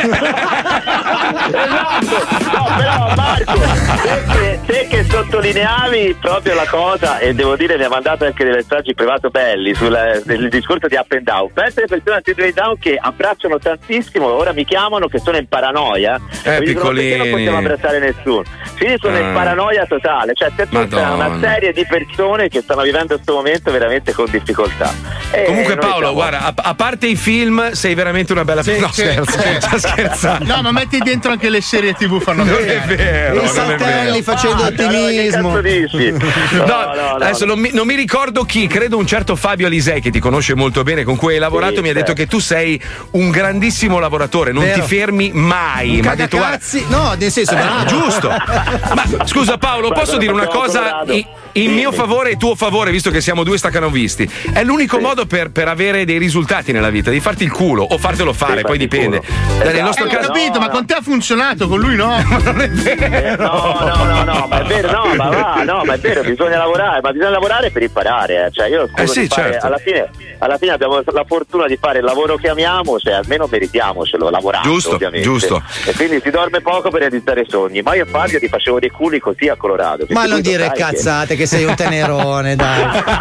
No, però Marco, te che sottolineavi proprio la cosa, e devo dire mi ha mandato anche dei messaggi privato belli del discorso di up and down. Pensa alle persone anti down che abbracciano tantissimo, ora mi chiamano che sono in paranoia e mi dicono perché non possiamo abbracciare nessuno. Quindi sono in paranoia totale, cioè c'è tutta una serie di persone che stanno vivendo questo momento veramente con difficoltà. Comunque Paolo, guarda, a parte i film sei veramente una bella persona. Sto scherzando. No, ma metti dentro anche le serie TV, fanno Non è vero. I saltelli facendo ottimismo. Adesso non mi ricordo chi, credo un certo Fabio Alisei che ti conosce molto bene, con cui hai lavorato, mi ha detto che tu sei un grandissimo lavoratore, non ti fermi mai. Ma ha detto no, nel senso giusto. Ma scusa Paolo, posso dire una cosa in mio favore e tuo favore, visto che siamo due staccanovisti? È l'unico modo per avere dei risultati nella vita, di farti il culo o fartelo fare, poi dipende. Nel nostro caso, capito, ma con te ha funzionato, con lui no. Ma non è vero. No, ma è vero, ma è vero, bisogna lavorare per imparare, cioè io certo. alla fine abbiamo la fortuna di fare il lavoro che amiamo, cioè almeno meritiamocelo lavorando, ovviamente. Giusto. E quindi si dorme poco per realizzare i sogni, ma io e Fabio ti facevo dei culi così a Colorado. Ma non dire cazzate che sei un tenerone, dai.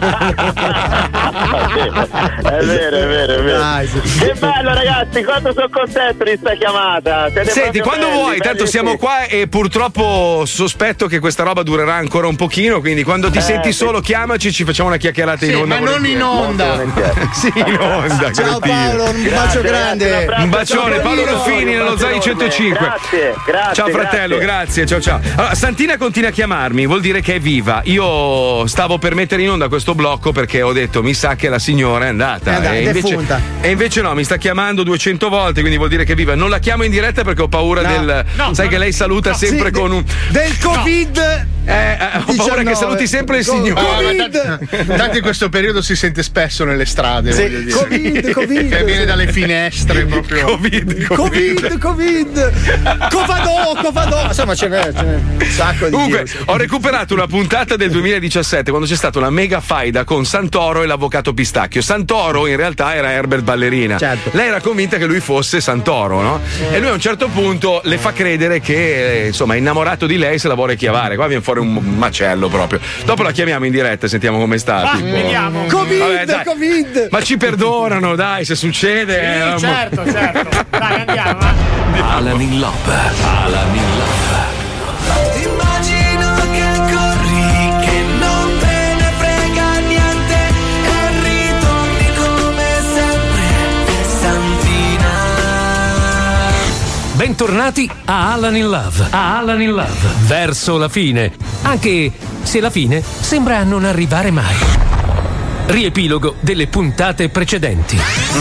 È vero. Dai, che bello ragazzi, quanto sono contento di sta chiamata. Senti, quando vuoi, tanto siamo qua e purtroppo sospetto che questa roba durerà ancora un pochino, quindi quando ti senti solo chiamaci, ci facciamo una chiacchierata in onda. Ma non in onda. Sì, in onda. Ciao Paolo, un bacio grande. Un bacione, Paolo Ruffini nello Zoni 105. Grazie. Ciao fratello, grazie. Ciao. Allora, Santina continua a chiamarmi, vuol dire che è viva. Io stavo per mettere in onda questo blocco perché ho detto mi sa che la signora è andata. E invece no, mi sta chiamando 200 volte, quindi vuol dire che è viva. Non la chiamo in diretta perché ho paura sai che lei saluta sempre con un del Covid. Ho paura che saluti sempre il signore. Tanto in questo periodo si sente spesso nelle strade. Covid. Che viene dalle finestre proprio. Covid. Covadò. Insomma, ce n'è un sacco di. Comunque, ho recuperato una puntata del 2017 quando c'è stata una mega faida con Santoro e l'avvocato Pistacchio. Santoro in realtà era Herbert Ballerina. Certo. Lei era convinta che lui fosse Santoro, no? E lui a un certo punto le fa credere che insomma è innamorato di lei, se la vuole chiavare. Qua viene fuori un macello proprio. Dopo la chiamiamo in diretta e sentiamo come sta. Vediamo. Covid. Ma ci perdonano, dai, se succede. Sì, certo. Dai, andiamo. Alan in Love. Immagino che corri, che non te ne frega niente e ritorni come sempre, Santina. Bentornati a Alan in Love. Verso la fine, anche se la fine sembra non arrivare mai. Riepilogo delle puntate precedenti.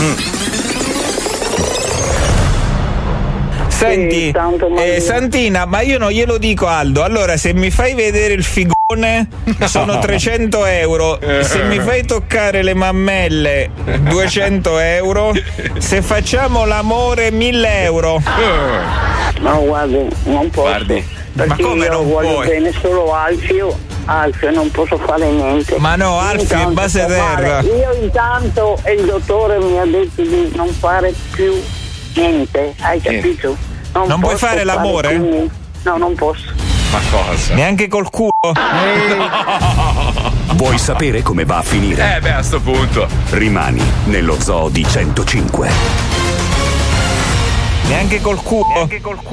Senti, Santina, ma io non glielo dico Aldo. Allora, se mi fai vedere il figone sono 300 euro. Se mi fai toccare le mammelle 200 euro. Se facciamo l'amore 1000 euro. No, guardi, non posso. Perché ma come io non voglio puoi? bene solo Alfio, non posso fare niente. Ma no, Alfio è base terra. Io intanto e il dottore mi ha detto di non fare più niente, hai capito? Non puoi fare l'amore? No, non posso. Ma cosa? Neanche col culo? Vuoi sapere come va a finire? A sto punto. Rimani nello Zoo di 105. Neanche col culo?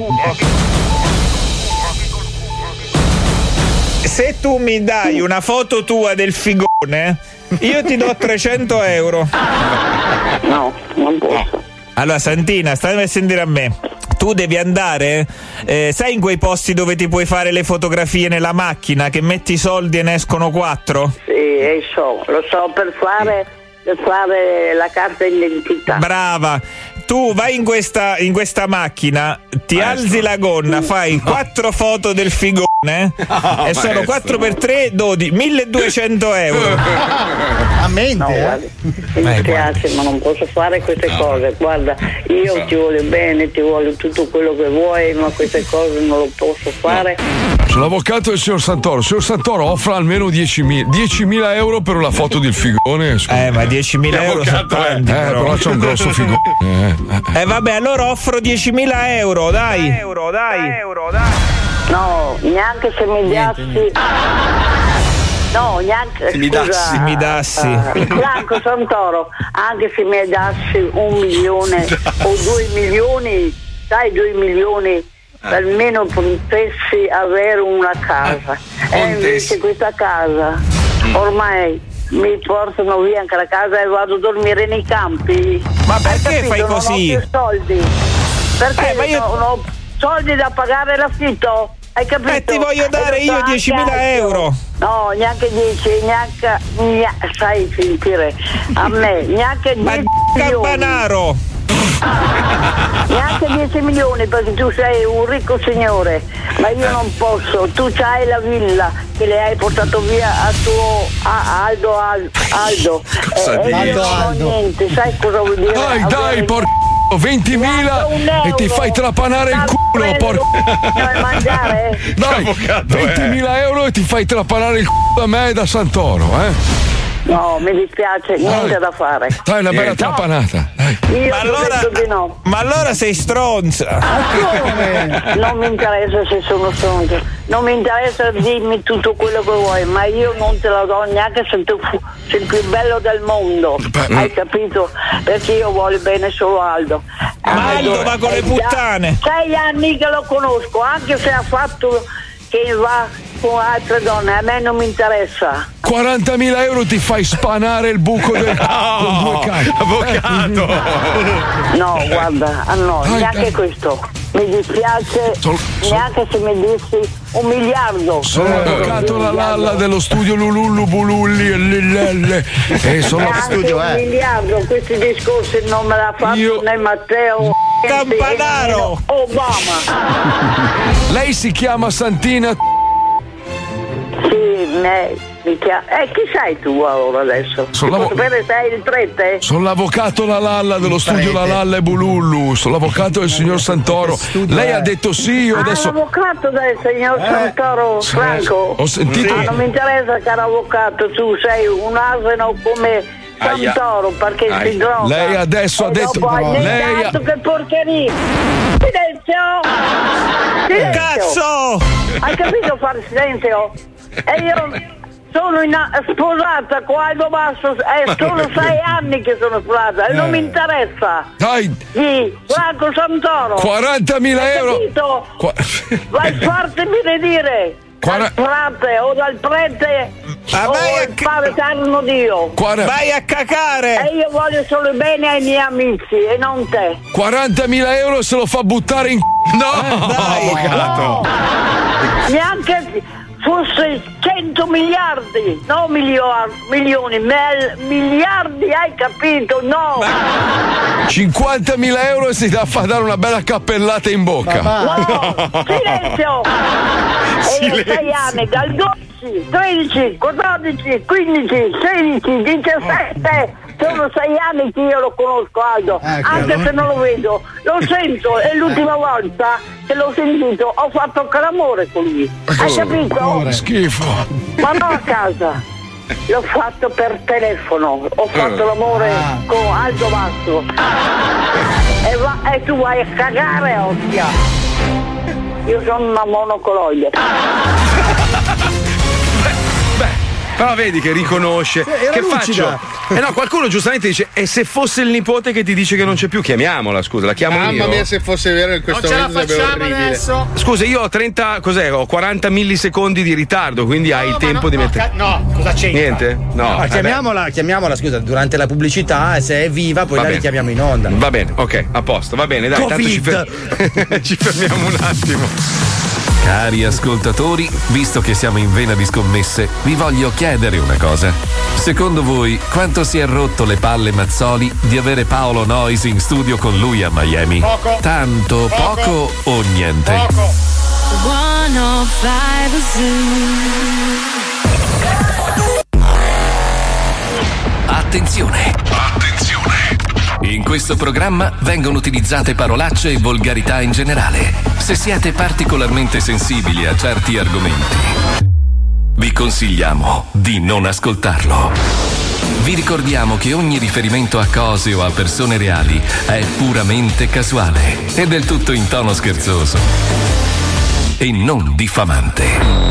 Se tu mi dai una foto tua del figone, io ti do 300 euro. No, non posso. Allora, Santina, stai a sentire a me. Tu devi andare, sai in quei posti dove ti puoi fare le fotografie nella macchina, che metti i soldi e ne escono 4? Sì, lo so per fare la carta d'identità. Brava, tu vai in questa macchina, ti alzi la gonna, fai 4 foto del figone e sono 4x3 12, 1200 euro. A mente? No, guarda, mi spiace, ma non posso fare queste cose. Guarda, io ti voglio bene, ti voglio tutto quello che vuoi, ma queste cose non lo posso fare. Sono l'avvocato del signor Santoro. Il signor Santoro offre almeno 10.000 euro per una foto del figone. Ma 10.000 euro sono tanti, però c'è un grosso figone. Vabbè, allora offro 10.000 euro, dai. No, neanche se mi dassi. No, neanche se mi dassi. Franco Santoro, anche se mi dassi 1 milione o 2 milioni, dai 2 milioni, almeno potessi avere una casa. E invece questa casa ormai mi portano via anche la casa e vado a dormire nei campi. Ma perché fai così? Non ho più soldi. Perché non ho soldi da pagare l'affitto. Hai capito? Ti voglio dare io 10.000 euro. No, neanche 10, neanche sai sentire a me, neanche 10 Campanaro. Neanche 10 milioni perché tu sei un ricco signore, ma io non posso. Tu c'hai la villa che le hai portato via a tuo Aldo. Aldo. Io non ho niente, sai cosa vuol dire? Dai, porco. 20.000 e ti fai trapanare il culo, porco. Mangiare? Dai, 20.000 euro e ti fai trapanare il culo da me e da Santoro, No, mi dispiace, niente da fare. Dai, una bella trapanata. Io ho detto di no. Ma allora sei stronza. Come? Non mi interessa se sono stronza. Non mi interessa, dimmi tutto quello che vuoi, ma io non te la do neanche se tu sei il più bello del mondo. Hai capito? Perché io voglio bene solo Aldo. Ma Aldo va con le puttane. 6 anni che lo conosco, anche se ha fatto che va con altre donne, a me non mi interessa. 40.000 euro ti fai spanare il buco del con 2 cani. Avvocato! No, guarda, neanche questo. Mi dispiace, neanche se mi dissi 1 miliardo. Sono l'avvocato la lalla dello studio Lulullu Bululli e Lillelle. Sono studio, 1 miliardo, questi discorsi non me l'ha fatto né Matteo Campanaro né Obama. Lei si chiama Santina? Sì, mi chiama. Chi sei tu allora adesso? Posso sapere sei il prete? Sono l'avvocato la lalla dello studio La Lalla e Bulullu. Sono l'avvocato del signor Santoro. Lei ha detto sì, io adesso. L'avvocato del signor Santoro, Franco. Ho sentito. Non mi interessa, caro avvocato, tu sei un asino come Santoro, perché si droga. Lei adesso ha detto. Lei che porcheria. Silenzio! Cazzo! Hai capito fare silenzio? E io sono sposata con Aldo Basso, sono 6 anni che sono sposata e non mi interessa. Dai! Sì, Franco Santoro. 40.000 euro. Vai a farti benedire. Dal frate o dal prete o il padre eterno Dio. Vai a cacare. E io voglio solo il bene ai miei amici e non te. 40.000 euro se lo fa buttare in no, dai, avvocato. Neanche fosse 100 miliardi, no milioni, miliardi, hai capito? No! 50.000 euro e si dà a dare una bella cappellata in bocca. No! Silenzio! E io 6 anni, dal 12, 13, 14, 15, 16, 17. Sono 6 anni che io lo conosco Aldo, anche se non lo vedo, lo sento e l'ultima volta che l'ho sentito ho fatto anche l'amore con lui. Hai capito? Schifo. Ma non a casa. L'ho fatto per telefono, ho fatto l'amore con Aldo Basso. E tu vai a cagare, ostia. Io sono una monocoloide. Però vedi che riconosce. Che lucida. Faccio? No, qualcuno giustamente dice: e se fosse il nipote che ti dice che non c'è più, chiamiamola, scusa, la chiamo io. Mamma mia, se fosse vero in questo momento sarebbe orribile. Adesso. Scusa, io ho 40 millisecondi di ritardo, quindi hai il tempo di mettere. No, cosa c'entra? Niente? No. Chiamiamola, scusa, durante la pubblicità, se è viva, poi la richiamiamo in onda. Va bene, ok, a posto, va bene, dai, tanto ci fermiamo un attimo. Cari ascoltatori, visto che siamo in vena di scommesse, vi voglio chiedere una cosa. Secondo voi, quanto si è rotto le palle Mazzoli di avere Paolo Noyes in studio con lui a Miami? Poco. Tanto, poco o niente? Poco. 105 Attenzione! In questo programma vengono utilizzate parolacce e volgarità in generale. Se siete particolarmente sensibili a certi argomenti, vi consigliamo di non ascoltarlo. Vi ricordiamo che ogni riferimento a cose o a persone reali è puramente casuale e del tutto in tono scherzoso e non diffamante.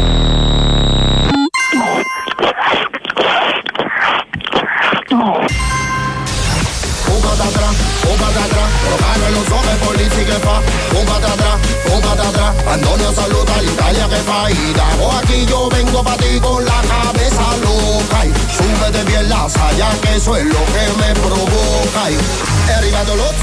Romano e lo so che Polizzi che fa un patatra, Antonio saluta l'Italia che fa y da aquí yo vengo pa' ti con la cabeza loca y súbete bien la saya que eso es lo que me provoca y è arrivato lo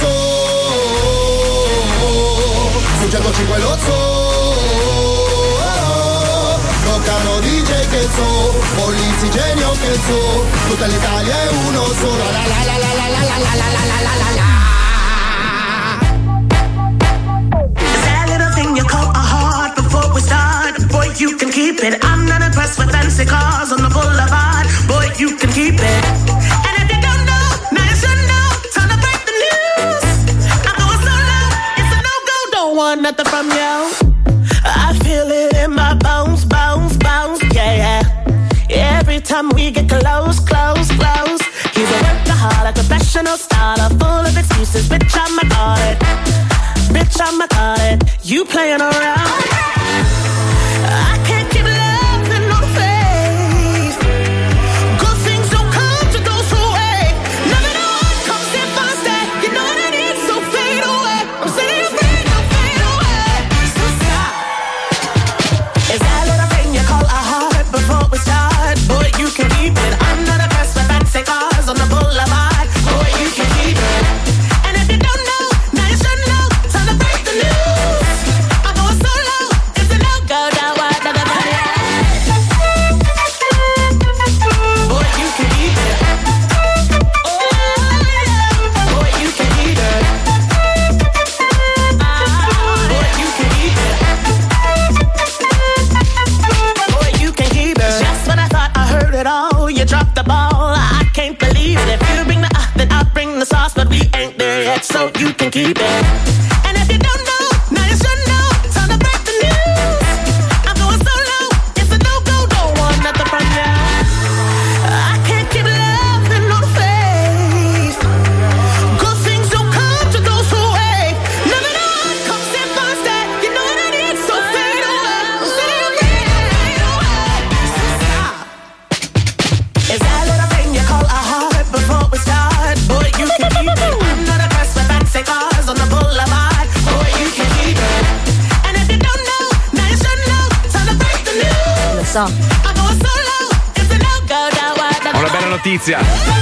zoo su 105 lo zoo toccano DJ che zoo Polizzi genio che zoo tutta l'Italia è uno solo la la la la la la la la la la la la. You call a heart before we start. Boy, you can keep it. I'm not impressed with fancy cars on the boulevard. Boy, you can keep it. And if you don't know, now you should know. Time to break the news. I'm going solo. It's a no-go. Don't want nothing from you. I feel it in my bones, bones, bones. Yeah, yeah. Every time we get close, close, close. He's a workaholic, professional starter, full of excuses. Bitch, I'm a it. Bitch, I'm a it. You playing around. I can't keep laughing on the face. Good things don't come to those who wait. None of the one comes in first day. You know what it is, so fade away. I'm setting you free, don't fade away. So stop. Is that little thing you call a heart before we start? Boy, you can keep it. I'm not impressed with fancy cars on the boulevard. Boy, you can keep it. And if you don't know, now you should know. Time to break the news. I'm going solo. It's a no-go. Now what? Boy, you can keep it. Oh, boy, you can keep it. Boy, you can keep it. Boy, you can keep it. Just when I thought I heard it all, you dropped the ball. I can't believe it. If you bring the then I'll bring the sauce, but we ain't there yet, so you can keep it. And if you don't know, now you should know. Time to break the news. I'm going solo. It's a no-go. Don't want nothing from you. I can't keep laughing on the face. Good things don't come to those who wait. None of the one comes in first day. You know what it is, so fade away. Fade away. So stop. Is that little thing you call a heart before we start? Boy, you can keep it. I'm not impressed with fancy cars on the boulevard. Boy, you can keep it. And if you don't know, now you should know. Time to break the news. Lo so. I'm going solo. It's a no-go. Now what? Ho una bella notizia.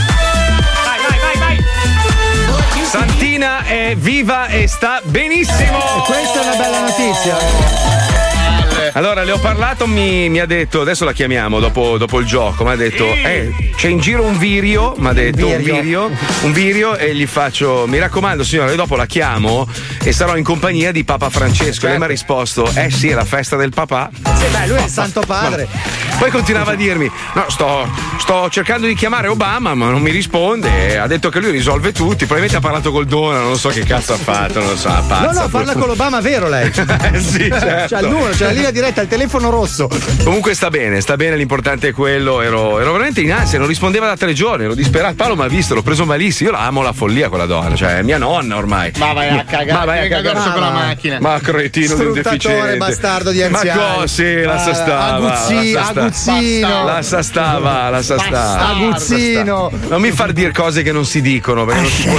Santina è viva e sta benissimo. Questa è una bella notizia. Allora le ho parlato, mi ha detto, adesso la chiamiamo dopo il gioco, mi ha detto c'è in giro un virio, mi ha detto un virio e gli faccio mi raccomando signora, io dopo la chiamo e sarò in compagnia di Papa Francesco. Lei mi ha risposto sì, è la festa del papà. Sì, beh, lui è il Santo Padre. Poi continuava a dirmi no, sto cercando di chiamare Obama ma non mi risponde, ha detto che lui risolve tutti, probabilmente ha parlato col Dona, non so che cazzo ha fatto, non lo so, pazza. No, parla con l'Obama vero lei. Sì, certo. C'ha il numero, c'ha la linea diretta, il telefono rosso. Comunque sta bene, l'importante è quello. Ero veramente in ansia, non rispondeva da 3 giorni, ero disperato. Paolo mi ha visto, l'ho preso malissimo. Io la amo la follia quella donna, cioè è mia nonna ormai. Ma vai a cagare, con la macchina. Ma cretino di un deficiente. Bastardo di anziani. Ma così, la sa stava. Aguzzino. La sa stava. Aguzzino. Non mi far dire cose che non si dicono, perché non si può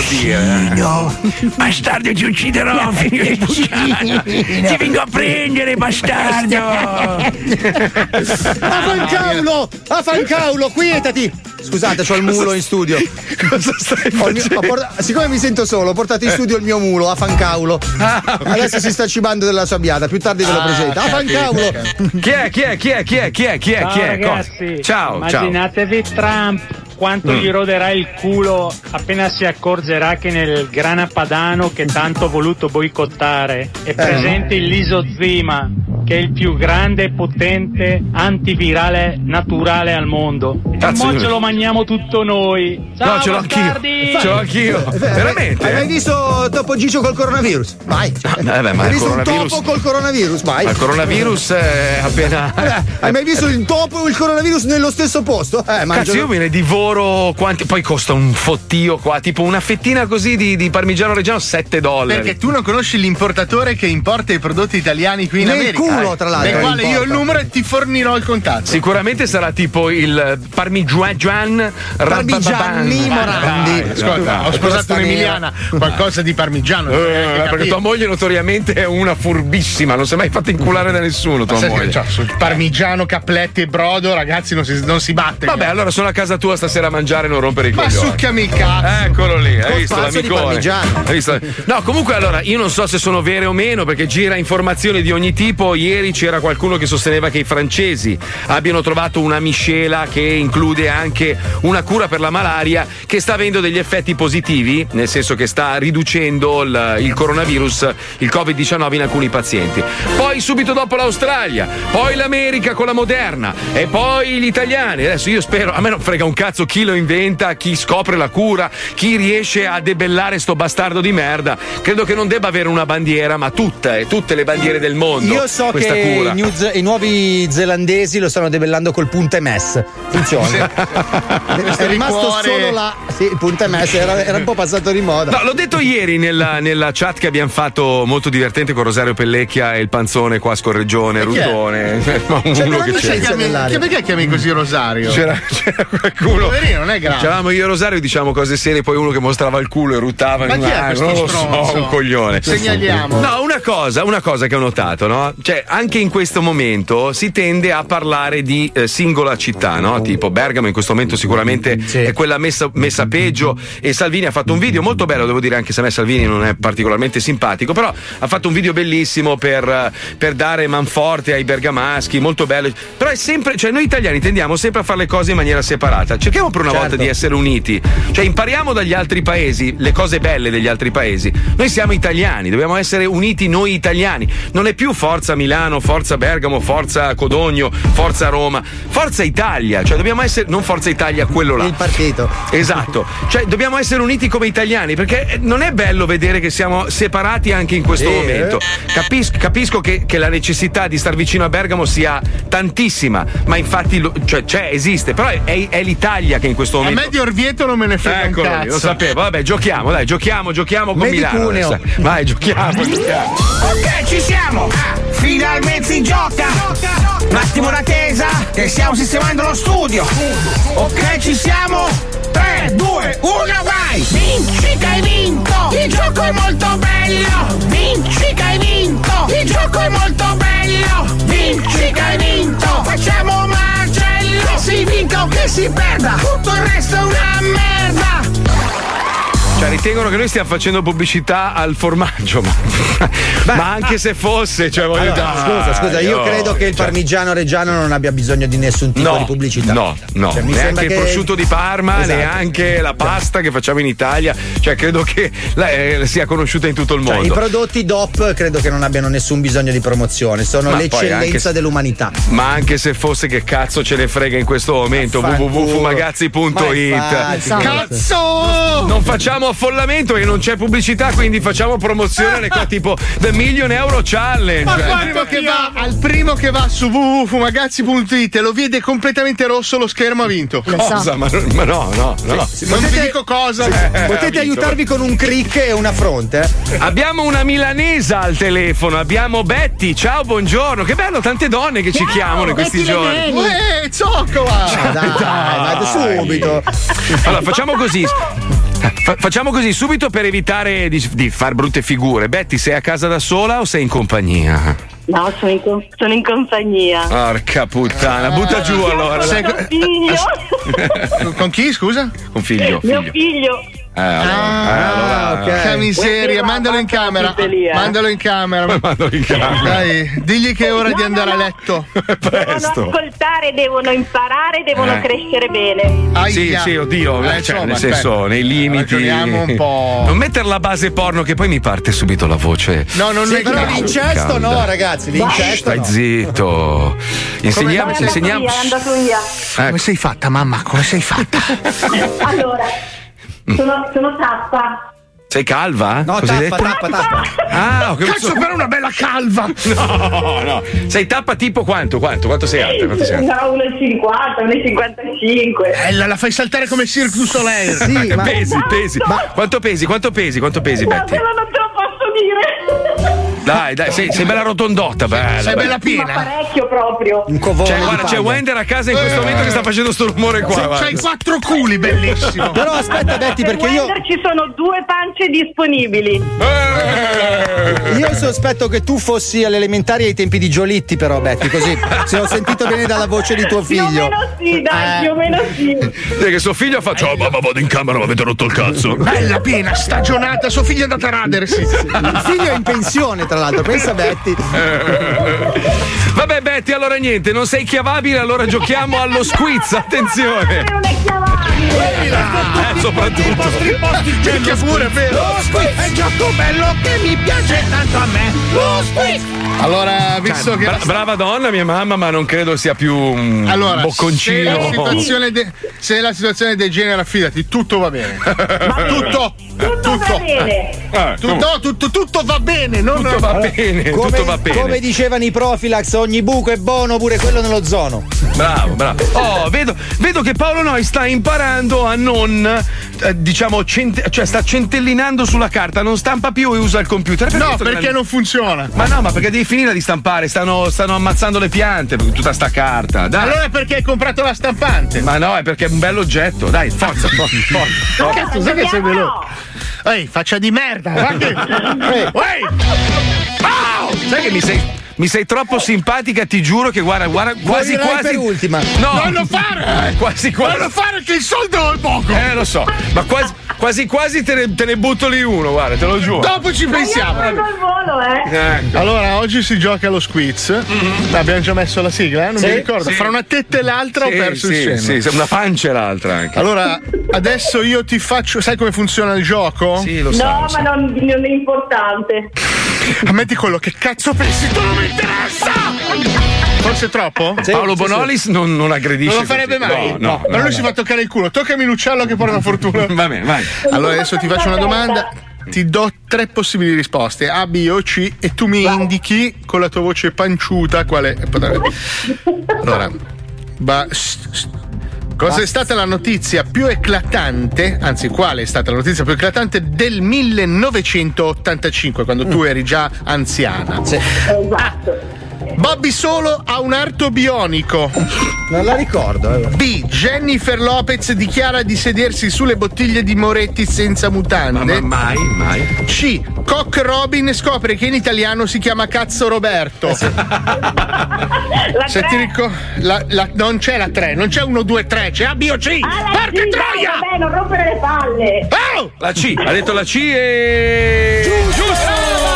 dire. Bastardo, ti ucciderò, figlio di puttana. Ti vengo a prendere, bastardo. Affancaulo, quietati. Scusate, c'ho il mulo in studio. Cosa stai facendo? Siccome mi sento solo, ho portato in studio il mio mulo, Affancaulo. Adesso si sta cibando della sua biada, più tardi ve lo presento. Affancaulo. Chi è? Ragazzi, Ciao. immaginatevi Trump quanto gli roderà il culo appena si accorgerà che nel grana padano che tanto ha voluto boicottare è presente il lisozima, che è il più grande e potente antivirale naturale al mondo. E mo ce lo mangiamo tutto noi. Ciao, no, ce l'ho anch'io. Veramente? Hai mai visto Topo Gigio col coronavirus? Vai. Ma hai visto un coronavirus... topo col coronavirus? Vai. Ma il coronavirus è appena. Hai mai visto il topo e il coronavirus nello stesso posto? Cazzo, io me ne divoro quanti. Poi costa un fottio qua, tipo una fettina così di parmigiano reggiano $7. Perché tu non conosci l'importatore che importa i prodotti italiani qui in America. Culo, tra l'altro. Nel quale io ho il numero e ti fornirò il contatto. Sicuramente sarà tipo il Parmigiani Morandi. Ascolta, ho sposato un'emiliana, qualcosa di parmigiano. Perché tua moglie notoriamente è una furbissima, non si è mai fatta inculare da nessuno tua moglie. Cioè, sul parmigiano, capletti e brodo, ragazzi, non si batte. Vabbè, allora sono a casa tua stasera a mangiare e non rompere i coglioni. Ma succhiami il cazzo. Eccolo lì, hai visto l'amicone? Hai visto? No, comunque allora, io non so se sono vere o meno, perché gira informazioni di ogni tipo. Ieri c'era qualcuno che sosteneva che i francesi abbiano trovato una miscela che include anche una cura per la malaria che sta avendo degli effetti positivi, nel senso che sta riducendo il coronavirus, il Covid-19 in alcuni pazienti. Poi subito dopo l'Australia, poi l'America con la Moderna e poi gli italiani. Adesso io spero, a me non frega un cazzo chi lo inventa, chi scopre la cura, chi riesce a debellare sto bastardo di merda. Credo che non debba avere una bandiera, ma tutte le bandiere del mondo. Io so questa che cura. i nuovi zelandesi lo stanno debellando col punte MES. Funziona. È rimasto solo là. Sì, il punte MES era un po' passato di moda. No, l'ho detto ieri nella chat che abbiamo fatto molto divertente con Rosario Pellecchia e il panzone qua scorreggione, Ruttone. Uno che c'è. Perché chiami così Rosario? C'era qualcuno. Poverino, non è grave. C'eravamo io e Rosario, diciamo cose serie, poi uno che mostrava il culo e ruttava. Ma chi è questo non lo stronzo? so, un coglione. Segnaliamo. No, una cosa che ho notato, no? Cioè, anche in questo momento si tende a parlare di singola città, no? Tipo Bergamo in questo momento sicuramente è quella messa peggio, e Salvini ha fatto un video molto bello, devo dire, anche se a me Salvini non è particolarmente simpatico, però ha fatto un video bellissimo per dare manforte ai bergamaschi, molto bello. Però è sempre, cioè noi italiani tendiamo sempre a fare le cose in maniera separata. Cerchiamo per una volta di essere uniti, cioè impariamo dagli altri paesi le cose belle degli altri paesi. Noi siamo italiani, dobbiamo essere uniti noi italiani. Non è più forza Milano, forza Bergamo, forza Codogno, forza Roma, forza Italia, cioè dobbiamo essere, non forza Italia quello là, il partito, esatto, cioè dobbiamo essere uniti come italiani, perché non è bello vedere che siamo separati anche in questo momento. Capisco che la necessità di star vicino a Bergamo sia tantissima, ma infatti esiste, però è l'Italia che in questo momento. A me di Orvieto non me ne frega un cazzo. Lo sapevo. Vabbè, giochiamo con Milano. Vai, giochiamo. Ok, ci siamo. Finalmente si gioca. Un attimo d'attesa che stiamo sistemando lo studio. Ok, ci siamo. 3, 2, 1, vai. Vinci che hai vinto. Il gioco è molto bello. Vinci che hai vinto. Il gioco è molto bello. Vinci che hai vinto. Facciamo un marcello. Che si vinca o che si perda, tutto il resto è una merda. Cioè, ritengono che noi stiamo facendo pubblicità al formaggio, ma anche se fosse, cioè voglio scusa, io credo che il parmigiano reggiano non abbia bisogno di nessun tipo di pubblicità. No, cioè, neanche il prosciutto di Parma, neanche la pasta che facciamo in Italia, cioè credo che sia conosciuta in tutto il mondo. I prodotti DOP credo che non abbiano nessun bisogno di promozione, sono l'eccellenza dell'umanità. Ma anche se fosse, che cazzo ce ne frega in questo momento? www.fumagazzi.it. Cazzo! Non facciamo affollamento e non c'è pubblicità, quindi facciamo promozione alle cose tipo The Million Euro Challenge. Ma al primo che va su www.fumagazzi.it e lo vede completamente rosso lo schermo, ha vinto. Cosa? Ma no. Non vi dico cosa. Potete aiutarvi con un click e una fronte. Abbiamo una milanesa al telefono, abbiamo Betty. Ciao, buongiorno. Che bello, tante donne che ci chiamano in questi giorni. Zoccola! Dai, subito. Allora, facciamo così subito per evitare di far brutte figure. Betty, sei a casa da sola o sei in compagnia? No, sono in compagnia. Porca puttana, butta giù allora. Con chi, scusa? Con figlio. Mio figlio. Allora, che miseria, mandalo in camera. Mandalo in camera. Dai, digli che è ora di andare a letto. Devono ascoltare, devono imparare, devono crescere bene. Sì, oddio, insomma, nel senso, nei limiti. Ragioniamo un po'. Non mettere la base porno che poi mi parte subito la voce. No, non è però l'incesto no, ragazzi, l'incesto. Stai zitto. Insegniamo. È andato via. Come sei fatta, mamma? Come sei fatta? Allora, sono tappa. Sei calva? No, tappa. Ah, cazzo, però una bella calva. No. Sei tappa tipo quanto? Quanto sei alta? No, 1,50, 1,55. La fai saltare come Cirque du Soleil. Sì, pesi. Ma quanto pesi, Betty? No, però non te lo posso dire. Dai, sei bella rotondotta, bella. Sei bella piena. Ma parecchio proprio. Un covone. Guarda, c'è Wender a casa in questo momento che sta facendo sto rumore qua. C'hai 4 culi, bellissimo. Però aspetta, Betty, perché io ci sono 2 pance disponibili. Io sospetto che tu fossi alle elementari ai tempi di Giolitti, però, Betty, così se ho sentito bene dalla voce di tuo figlio. Più o meno sì, dai, più o meno sì. Che suo figlio fa: ciao, mamma, vado in camera, mi avete rotto il cazzo. Bella piena, stagionata, suo figlio è andato a radersi. Il figlio è in pensione, tra l'altro, pensa Betty. Vabbè, Betty, allora niente, non sei chiavabile, allora giochiamo allo squiz, attenzione. Non è chiavabile. Soprattutto. Cerca pure, vero? Lo squiz è un gioco bello che mi piace tanto a me. Lo squiz. Allora, visto che brava donna mia mamma, ma non credo sia più un bocconcino. Se la situazione degenera, fidati, tutto va bene. Tutto va bene. Tutto va bene. Tutto va bene. Tutto va bene. Come dicevano i Profilax, ogni buco è buono, pure quello nello zono. Bravo. Oh, vedo che Paolo Noi sta imparando a non cioè sta centellinando sulla carta, non stampa più e usa il computer. Perché non funziona. Ma perché devi finire di stampare, stanno ammazzando le piante per tutta sta carta. Dai. Allora perché hai comprato la stampante? Ma no, è perché è un bell'oggetto. Dai, forza. Cazzo, sai che sei veloce. Ehi, faccia di merda. Sai che mi sei troppo simpatica, ti giuro che guarda quasi per ultima. No, non lo fare! Quasi. Non lo fare che il soldo è poco! Lo so, ma quasi te ne butto lì uno, guarda, te lo giuro. Dopo ci pensiamo. Io il volo, Allora, oggi si gioca allo squiz. Abbiamo già messo la sigla, non mi ricordo. Fra una tetta e l'altra ho perso il senno. Sì, una pancia e l'altra anche. Allora, adesso io ti faccio. Sai come funziona il gioco? Sì, lo so. No, ma non è importante. Ammetti quello che cazzo pensi, tu non mi interessa! Forse troppo? Paolo Bonolis non aggredisce. Non lo farebbe mai? No. Ma lui si fa toccare il culo. Toccami l'uccello che porta fortuna. Va bene, vai. Allora adesso ti faccio una domanda. Ti do 3 possibili risposte, A, B o C, e tu mi indichi con la tua voce panciuta quale potrebbe. Allora, cosa è stata la notizia più eclatante, anzi quale è stata la notizia più eclatante del 1985, quando tu eri già anziana? Esatto. Bobby Solo ha un arto bionico. Non la ricordo. B. Jennifer Lopez dichiara di sedersi sulle bottiglie di Moretti senza mutande. Ma mai. C. Cock Robin scopre che in italiano si chiama Cazzo Roberto. Se ti ricordi, non c'è la 3, non c'è 1, 2, 3, c'è A, B o C. Porca troia! Vabbè, non rompere le palle. Oh! La C, ha detto la C e. Giusto!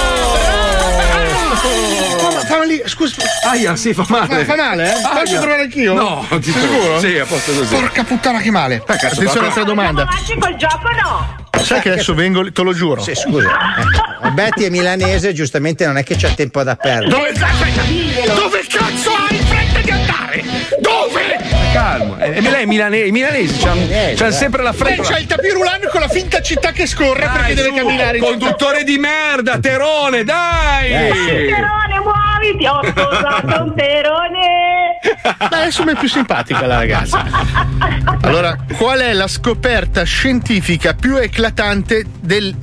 Fammi lì, scusa. Aia, sì, fa male. Fa male, eh? Posso provare anch'io? No, ti sicuro? Sì, a posto così. Porca puttana, che male. Attenzione all'altra domanda. Avanti col gioco, no? Sai che adesso vengo, te lo giuro. Sì, scusa. Betty è milanese, giustamente non è che c'ha tempo da perdere. Dove cazzo hai fretta di andare? Dove? Calmo. E lei è milanese, i milanesi c'hanno sempre la fretta. C'ha il tapirulan con la finta città che scorre perché deve camminare. Conduttore di merda, Terone, dai! Terone, muoviti! Ho sposato un Terone! Adesso mi è più simpatica la ragazza. Allora, qual è la scoperta scientifica più eclatante del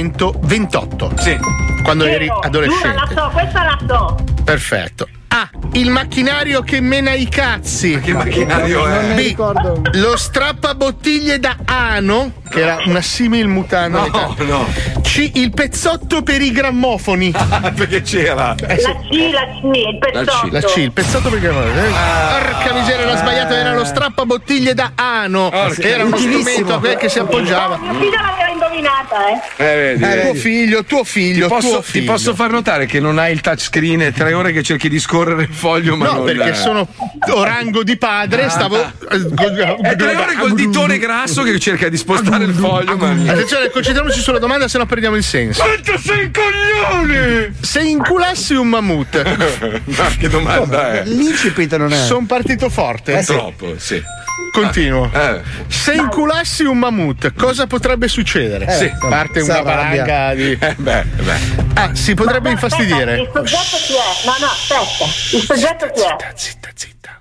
1928? Sì. Quando eri adolescente. La so, questa la so. Perfetto. A. il macchinario che mena i cazzi. Che macchinario è? B, lo strappabottiglie da ano, che era una simil mutanda. No. C, il pezzotto per i grammofoni. Perché c'era? La C, il pezzotto. La C, il pezzotto per i grammofoni. Porca miseria, era sbagliato, era lo strappabottiglie da ano, che era uno strumento a quel che si appoggiava. Mio figlio l'aveva indovinata, Vedi. Tuo figlio. Ti posso far notare che non hai il touchscreen e 3 ore che cerchi di scorrere il foglio, ma no, perché sono orango di padre, stavo. È 3 ore col ditone grasso che cerca di spostare il foglio. Attenzione, concentriamoci sulla domanda, se no perdiamo il senso. Quanto sei coglione! Se inculassi un mammut. Ma che domanda è? L'incipit non è. Sono partito forte. Troppo, sì. Continuo. Se inculassi un mammut, cosa potrebbe succedere? Sì. Parte una valanga di. Ah, si potrebbe infastidire. Il soggetto chi è? No, aspetta. Il soggetto chi è? Zitta.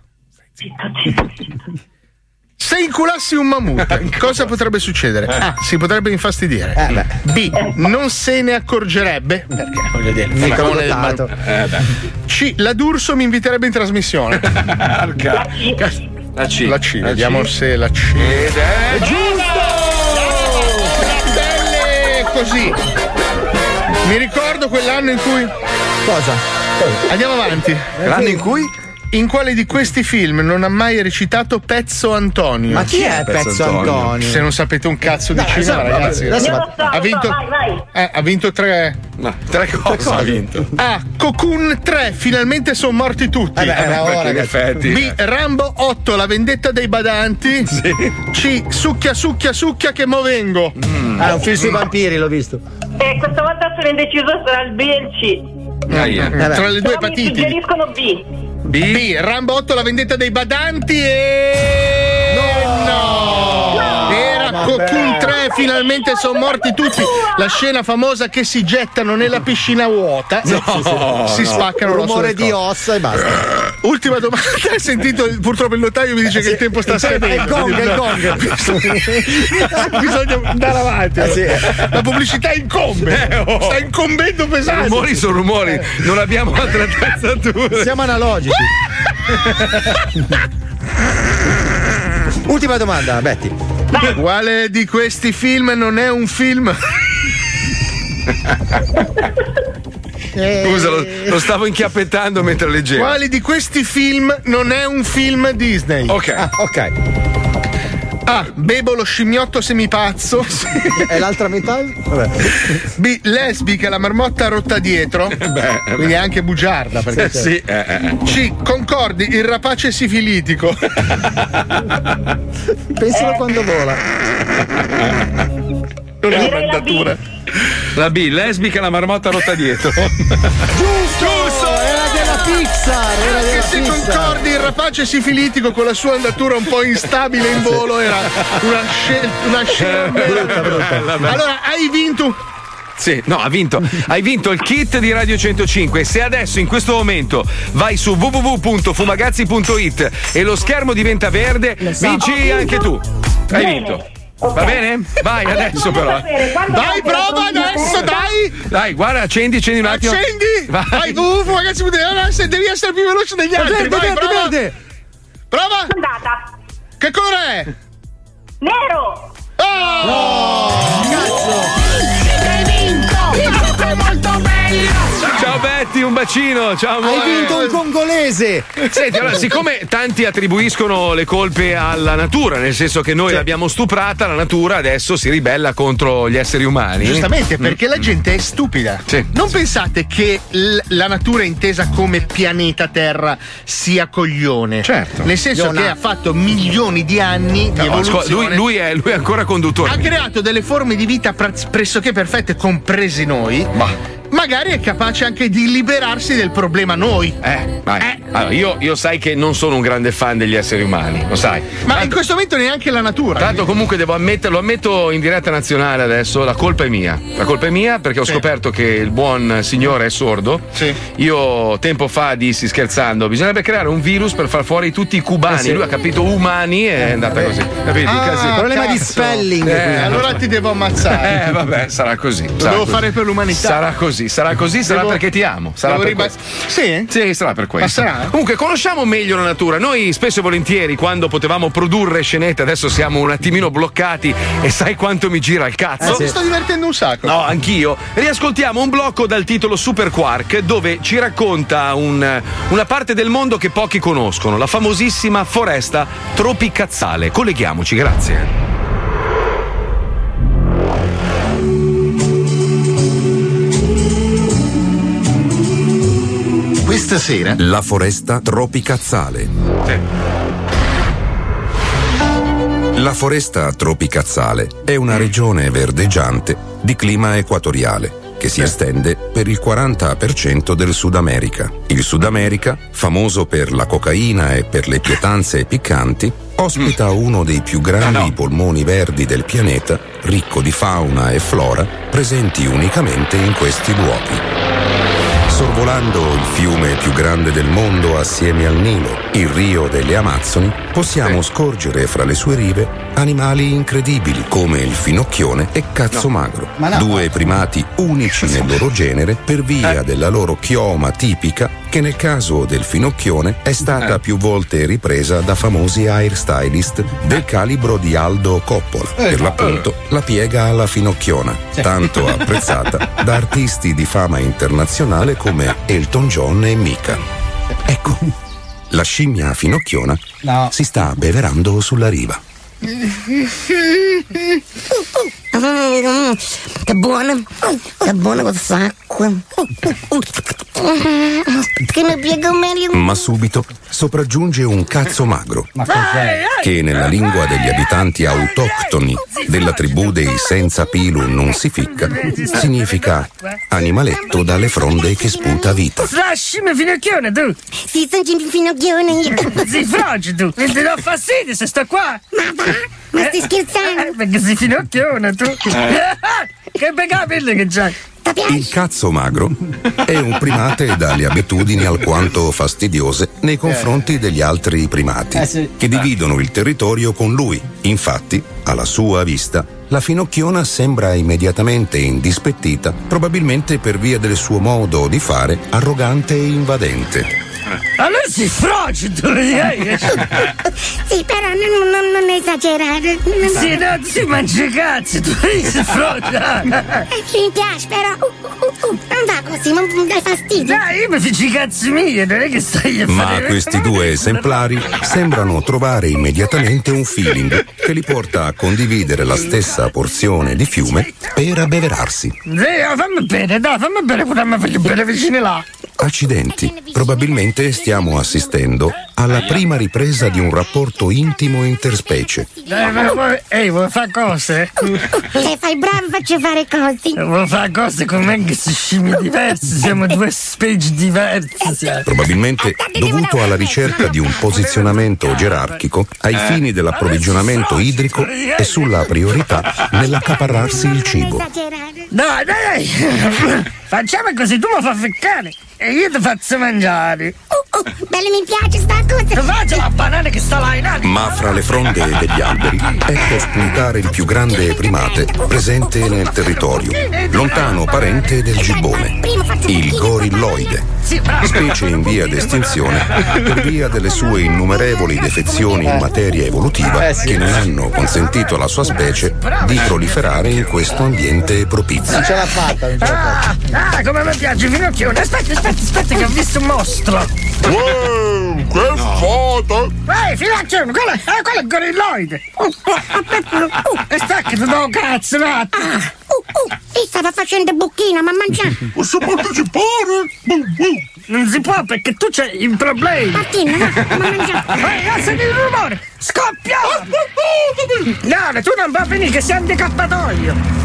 Se inculassi un mammut, cosa potrebbe succedere? A, si potrebbe infastidire. B, non se ne accorgerebbe. Perché voglio dire, C, la D'Urso mi inviterebbe in trasmissione. La C. Vediamo se la C. Ed è giusto! Belle così. Mi ricordo quell'anno in cui. Cosa? Andiamo avanti. L'anno in cui? In quale di questi film non ha mai recitato Pezzo Antonio? Ma chi è Pezzo Antonio? Se non sapete un cazzo di cinema, ragazzi. Ha vinto. Ha vinto 3. No, 3 cose ha vinto. A, Cocoon 3, finalmente sono morti tutti. Perché in effetti. B, Rambo 8, la vendetta dei badanti. Sì. C, succhia che mo vengo. È un film sui vampiri, l'ho visto. Questa volta sono indeciso tra il B e il C. Tra le due Però mi patiti. suggeriscono B. B, Rambo 8, la vendetta dei badanti e. No! Era Cocoon 3, finalmente sono morti tutti. La scena famosa che si gettano nella piscina vuota. Si spaccano il rumore di ossa e basta. Ultima domanda. Hai sentito? Purtroppo il notaio mi dice che il tempo sta scadendo. È il gong. Bisogna andare avanti. La pubblicità incombe. Sta incombendo pesante. I rumori sono rumori. Non abbiamo altre attrezzature. Siamo analogici. Ultima domanda, Betty. Quale di questi film non è un film? Scusa, lo stavo inchiappettando mentre leggevo. Quale di questi film non è un film Disney? Ok. A, Bebo lo scimmiotto semipazzo. E l'altra metà? Vabbè. B, Lesbica, la marmotta rotta dietro. Quindi è anche bugiarda. Perché sì. C, Concordi, il rapace sifilitico. Pensalo quando vola. Non è una mandatura. La B, Lesbica, la marmotta rotta dietro. Giusto! Era della Pixar. Anche se Concordi, il rapace sifilitico con la sua andatura un po' instabile in volo era una scena brutta. Allora, hai vinto. Sì, no, ha vinto. Hai vinto il kit di Radio 105. Se adesso in questo momento vai su www.fumagazzi.it e lo schermo diventa verde, vinci anche tu. Hai vinto. Va bene? Vai adesso però. Dai, prova adesso, dai! Dai, guarda, accendi un attimo. Accendi! Vai, ragazzi, devi essere più veloce degli altri. Verde. Prova! Andata. Che colore è? Nero. Oh! Cazzo! Hai vinto! È molto bello! Ciao Betty, un bacino. Ciao amore. Hai vinto un congolese. Senti, allora, siccome tanti attribuiscono le colpe alla natura, nel senso che noi l'abbiamo stuprata, la natura adesso si ribella contro gli esseri umani. Giustamente, perché la gente è stupida. Sì. Non pensate che la natura intesa come pianeta Terra sia coglione. Certo. Nel senso che ha fatto milioni di anni di evoluzione. Lui è ancora conduttore. Ha creato delle forme di vita pressoché perfette, compresi noi. Magari è capace anche di liberarsi del problema noi. Allora, io sai che non sono un grande fan degli esseri umani, lo sai. Ma in questo momento neanche la natura. Tanto comunque devo lo ammetto in diretta nazionale adesso, la colpa è mia. La colpa è mia perché ho scoperto che il buon signore è sordo. Sì. Io tempo fa dissi scherzando, bisognerebbe creare un virus per far fuori tutti i cubani. Lui ha capito umani e è andata così. Capito? Problema di spelling. Allora ti devo ammazzare. Vabbè, sarà così. Lo devo fare per l'umanità. Sarà così. così, sarà perché ti amo. Sarà per questo. Sì? Sì, sarà per questo. Passerà? Comunque, conosciamo meglio la natura. Noi spesso e volentieri, quando potevamo produrre scenette, adesso siamo un attimino bloccati e sai quanto mi gira il cazzo? Mi sto divertendo un sacco. No, anch'io. Riascoltiamo un blocco dal titolo Super Quark, dove ci racconta una parte del mondo che pochi conoscono, la famosissima foresta tropicazzale. Colleghiamoci, grazie. Questa sera la foresta tropicazzale. La foresta tropicazzale è una regione verdeggiante di clima equatoriale che si estende per il 40% del Sud America. Il Sud America, famoso per la cocaina e per le pietanze piccanti, ospita uno dei più grandi polmoni verdi del pianeta, ricco di fauna e flora, presenti unicamente in questi luoghi. Sorvolando il fiume più grande del mondo assieme al Nilo, il Rio delle Amazzoni, possiamo scorgere fra le sue rive animali incredibili come il finocchione e cazzo magro, due primati unici nel loro genere per via della loro chioma tipica che nel caso del finocchione è stata più volte ripresa da famosi hairstylist del calibro di Aldo Coppola, per l'appunto la piega alla finocchiona, tanto apprezzata da artisti di fama internazionale come Elton John e Mika. Ecco, la scimmia finocchiona si sta abbeverando sulla riva. Che buona quest'acqua. Che ne piega meglio. Ma subito sopraggiunge un cazzo magro, che nella lingua degli abitanti autoctoni della tribù dei senza pilu non si ficca significa animaletto dalle fronde che sputa vita. Scimmia finocchione tu. Sì, sono finocchione io. Si frogi tu. Mi dà fastidio se sto qua. Ma stai scherzando? Perché si finocchiona tu. Che bei capelli che c'hai. Il cazzo magro è un primate dalle abitudini alquanto fastidiose nei confronti degli altri primati che dividono il territorio con lui. Infatti, alla sua vista, la finocchiona sembra immediatamente indispettita, probabilmente per via del suo modo di fare arrogante e invadente. Allora si frogi tu. Sì, però non esagerare. Sì, no, tu si mangi cazzi, tu si frogi. Mi piace, però non va così, non dai fastidio. Dai, io mi faccio i cazzi miei, non è che stai a fare. Ma questi due esemplari sembrano trovare immediatamente un feeling che li porta a condividere la stessa porzione di fiume per abbeverarsi. Sì, fammi bene, pure mi voglio bene vicino là. Accidenti, probabilmente stiamo assistendo alla prima ripresa di un rapporto intimo interspecie. Ehi, vuoi fare cose? Se fai bravo faccio fare cose. Vuoi fare cose con me che si scimmie diverse, siamo due specie diverse. Probabilmente dovuto alla ricerca di un posizionamento gerarchico ai fini dell'approvvigionamento idrico e sulla priorità nell'accaparrarsi il cibo. Dai, facciamo così, tu mi fai ficcare e io ti faccio mangiare. Bello, mi piace sta cosa. Faccio la banana che sta là in aria. Ma fra le fronde degli alberi ecco spuntare il più grande primate presente nel territorio, lontano parente del gibbone, il gorilloide, specie in via d'estinzione per via delle sue innumerevoli defezioni in materia evolutiva che non hanno consentito alla sua specie di proliferare in questo ambiente propizio. Non ce l'ha fatta. Come mi piace finocchione. Aspetta che ho visto un mostro. Che foto! Ehi, finocchione, quello è il gorilloide. E stacca, ti do cazzo, io stavo facendo bucchina, ma mangiare. Posso partecipare? Non si può perché tu c'hai i problemi. Martina, no, ma mangiare. Ehi, senti il rumore. Scoppia! No, tu non puoi finire che sei un decappatoio.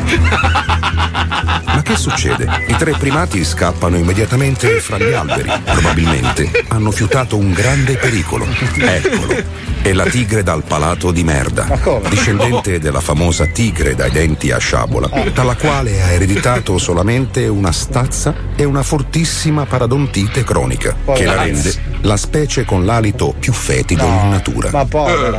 Ma che succede? I tre primati scappano immediatamente fra gli alberi. Probabilmente hanno fiutato un grande pericolo. Eccolo. È la tigre dal palato di merda, discendente della famosa tigre dai denti a sciabola, dalla quale ha ereditato solamente una stazza e una fortissima paradontite cronica, che la rende la specie con l'alito più fetido in natura. Ma povera.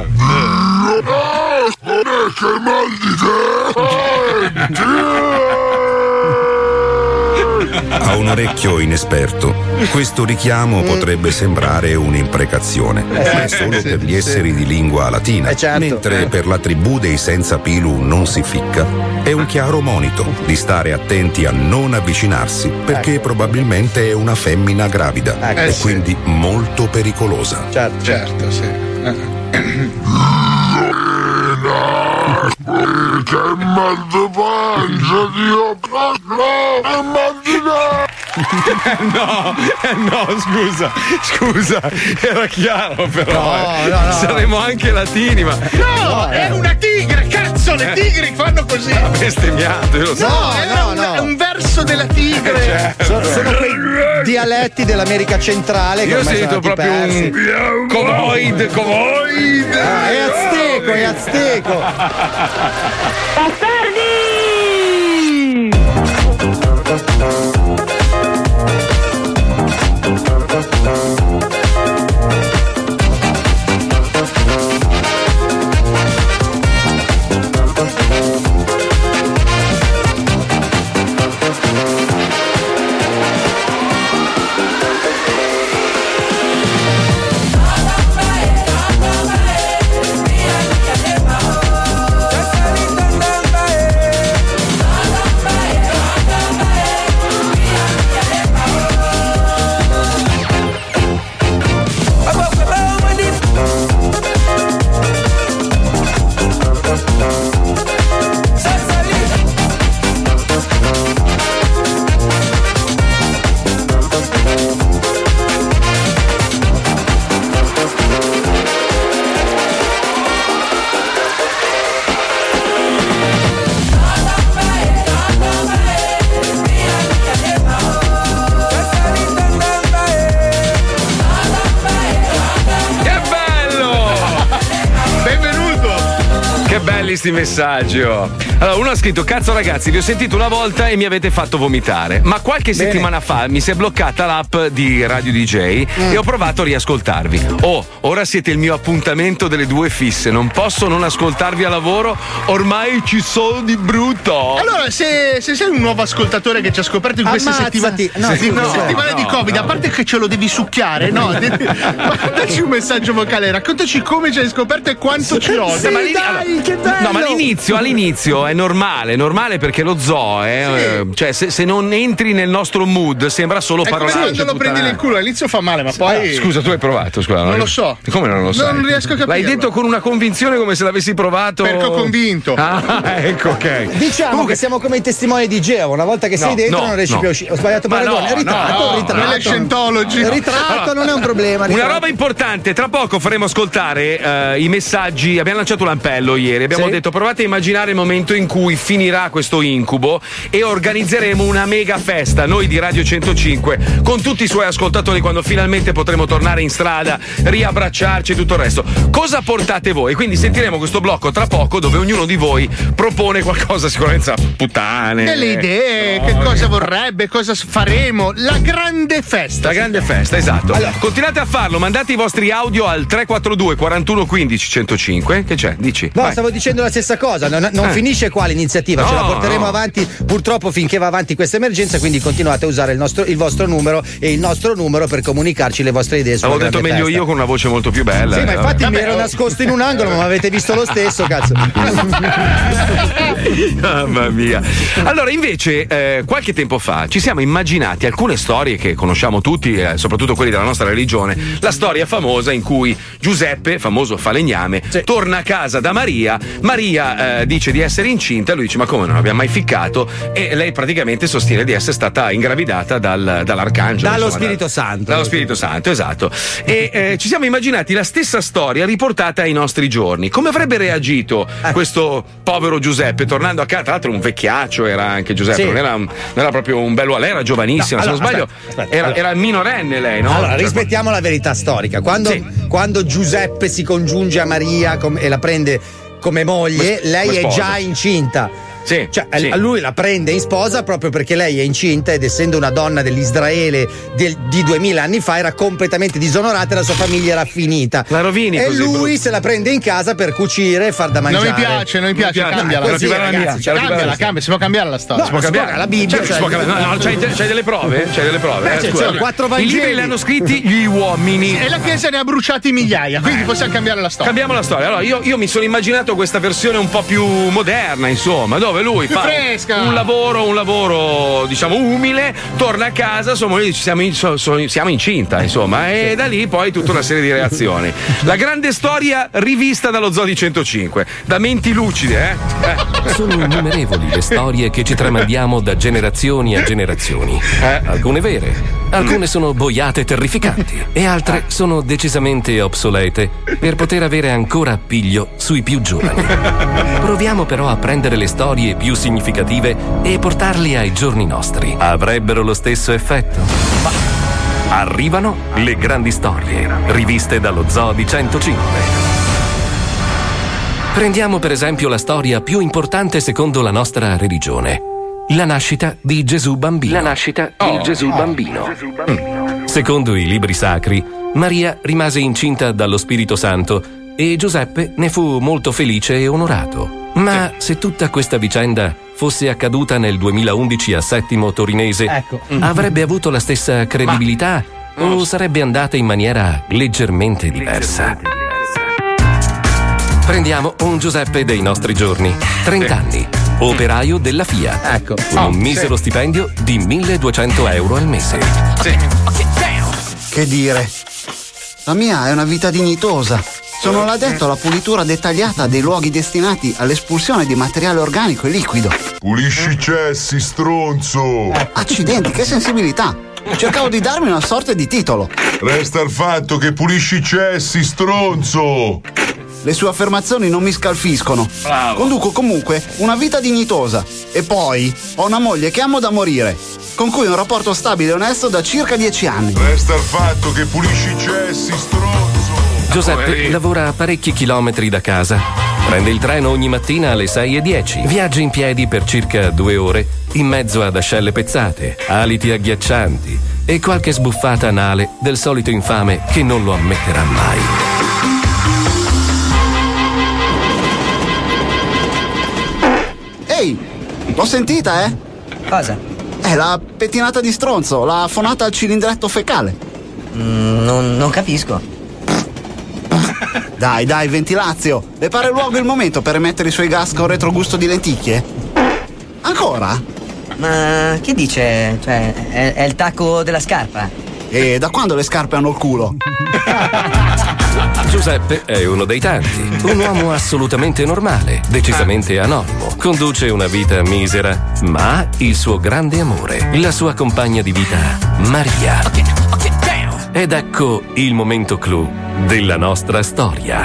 Che mal di A un orecchio inesperto, questo richiamo potrebbe sembrare un'imprecazione, ma è solo per gli esseri di lingua latina, mentre per la tribù dei senza pilu non si ficca, è un chiaro monito di stare attenti a non avvicinarsi, perché probabilmente è una femmina gravida e quindi molto pericolosa. Certo, sì. Che mal di pancia, Dio, No, scusa, era chiaro però. No. Saremo anche latini, ma. No, è una tigre, cazzo, le tigri fanno così. Ha bestemmiato, io lo so. No, è un verso della tigre. Sono quei dialetti dell'America centrale che io ho ormai sentito sono proprio persi. un covoid. È azteco. Bastardi! Sti messaggi. Allora, uno ha scritto: cazzo ragazzi, vi ho sentito una volta e mi avete fatto vomitare, ma qualche settimana fa mi si è bloccata l'app di Radio DJ e ho provato a riascoltarvi. Ora siete il mio appuntamento delle due fisse, non posso non ascoltarvi a lavoro, ormai ci sono di brutto. Allora, se sei un nuovo ascoltatore che ci ha scoperto in queste settimane di Covid, a parte che ce lo devi succhiare, mandaci un messaggio vocale, raccontaci come ci hai scoperto e quanto ci odi. Che bello! No, ma all'inizio è normale perché lo zoo cioè se non entri nel nostro mood sembra solo parolacce. Quando lo prendi nel culo all'inizio fa male, ma poi. Scusa, tu hai provato, scusa. Non lo so. Come non lo sai? Non riesco a capire. L'hai detto con una convinzione come se l'avessi provato. Perché ho convinto. Ecco, ok. Diciamo che siamo come i testimoni di Geova, una volta che sei dentro non riesci più a uscire. Ho sbagliato paragone. Ritratto. Scientology. Ritratto non è un problema. Una roba importante, tra poco faremo ascoltare i messaggi. Abbiamo lanciato l'appello ieri, abbiamo detto provate a immaginare il momento in cui finirà questo incubo e organizzeremo una mega festa, noi di Radio 105, con tutti i suoi ascoltatori, quando finalmente potremo tornare in strada, riabbracciarci e tutto il resto. Cosa portate voi? Quindi sentiremo questo blocco tra poco dove ognuno di voi propone qualcosa, sicurezza, puttane. Delle idee, che cosa vorrebbe, cosa faremo. La grande festa. La grande festa, esatto. Allora, continuate a farlo, mandate i vostri audio al 342 41 15 105. Che c'è? Dici. No, vai. Stavo dicendo la stessa cosa, non finisce qua l'iniziativa, ce la porteremo avanti purtroppo finché va avanti questa emergenza, quindi continuate a usare il vostro numero e il nostro numero per comunicarci le vostre idee. Avevo detto meglio io con una voce molto più bella. Sì, ma infatti mi ero nascosto in un angolo, ma avete visto lo stesso, cazzo. Mamma mia. Allora, invece, qualche tempo fa ci siamo immaginati alcune storie che conosciamo tutti, soprattutto quelli della nostra religione. La storia famosa in cui Giuseppe, famoso falegname, torna a casa da Maria dice di essere incinta, lui dice ma come non abbiamo mai ficcato, e lei praticamente sostiene di essere stata ingravidata dall'arcangelo, dallo Spirito Santo. Dallo Spirito Santo, esatto. E ci siamo immaginati la stessa storia riportata ai nostri giorni. Come avrebbe reagito questo povero Giuseppe tornando a casa? Tra l'altro un vecchiaccio era anche Giuseppe, non era proprio un bello, lei era giovanissima, se non sbaglio era minorenne lei, no? Allora, rispettiamo la verità storica. Quando Giuseppe si congiunge a Maria e la prende come moglie, lei è già incinta. Sì, cioè, sì. lui la prende in sposa proprio perché lei è incinta ed essendo una donna dell'Israele di 2000 anni fa era completamente disonorata e la sua famiglia era finita. La rovini e così, lui brutto. se la prende in casa per cucire e far da mangiare. Non mi piace, cambiala. Così, ragazzi, Cambia, si può cambiare la storia. No, si può cambiare la Bibbia. Certo, si può cambiare. No, c'hai delle prove? C'hai delle prove? Beh, Scusa. sono 4 I Vangeli. libri li hanno scritti gli uomini. E la Chiesa ne ha bruciati migliaia, quindi possiamo cambiare la storia. Cambiamo la storia. Allora, io mi sono immaginato questa versione un po' più moderna, insomma, dove lui Più fa fresca. un lavoro, diciamo, umile, torna a casa, sua moglie dice siamo incinta, insomma, e da lì poi tutta una serie di reazioni. La grande storia rivista dallo Zoo di 105, da menti lucide, Sono innumerevoli le storie che ci tramandiamo da generazioni a generazioni. Alcune vere, alcune sono boiate terrificanti e altre sono decisamente obsolete per poter avere ancora appiglio sui più giovani. Proviamo però a prendere le storie più significative e portarle ai giorni nostri. Avrebbero lo stesso effetto? Arrivano le grandi storie, riviste dallo Zoo di 105. Prendiamo per esempio la storia più importante secondo la nostra religione. La nascita di Gesù bambino. Secondo i libri sacri, Maria rimase incinta dallo Spirito Santo e Giuseppe ne fu molto felice e onorato. Ma se tutta questa vicenda fosse accaduta nel 2011 a Settimo Torinese, avrebbe avuto la stessa credibilità o sarebbe andata in maniera leggermente diversa? Prendiamo un Giuseppe dei nostri giorni, 30 anni, operaio della Fiat, con un misero stipendio di 1.200 euro al mese. Che dire? La mia è una vita dignitosa. Sono l'addetto alla pulitura dettagliata dei luoghi destinati all'espulsione di materiale organico e liquido. Pulisci i cessi, stronzo! Accidenti, che sensibilità! Cercavo di darmi una sorta di titolo. Resta il fatto che pulisci i cessi, stronzo! Le sue affermazioni non mi scalfiscono. Bravo. Conduco comunque una vita dignitosa. E poi ho una moglie che amo da morire, con cui ho un rapporto stabile e onesto da circa 10 anni. Resta il fatto che pulisci i cessi, stronzo! Giuseppe lavora a parecchi chilometri da casa. Prende il treno ogni mattina alle 6:10. Viaggia in piedi per circa 2 ore, in mezzo ad ascelle pezzate, aliti agghiaccianti e qualche sbuffata anale del solito infame che non lo ammetterà mai. Ehi, l'ho sentita, eh? Cosa? È la pettinata di stronzo, la fonata al cilindretto fecale. Non capisco. Dai, Ventilazio, le pare luogo il momento per emettere i suoi gas con retrogusto di lenticchie? Ancora? Ma che dice? Cioè, è il tacco della scarpa? E da quando le scarpe hanno il culo? Giuseppe è uno dei tanti, un uomo assolutamente normale, decisamente anonimo. Conduce una vita misera, ma ha il suo grande amore, la sua compagna di vita, Maria. Ed ecco il momento clou della nostra storia.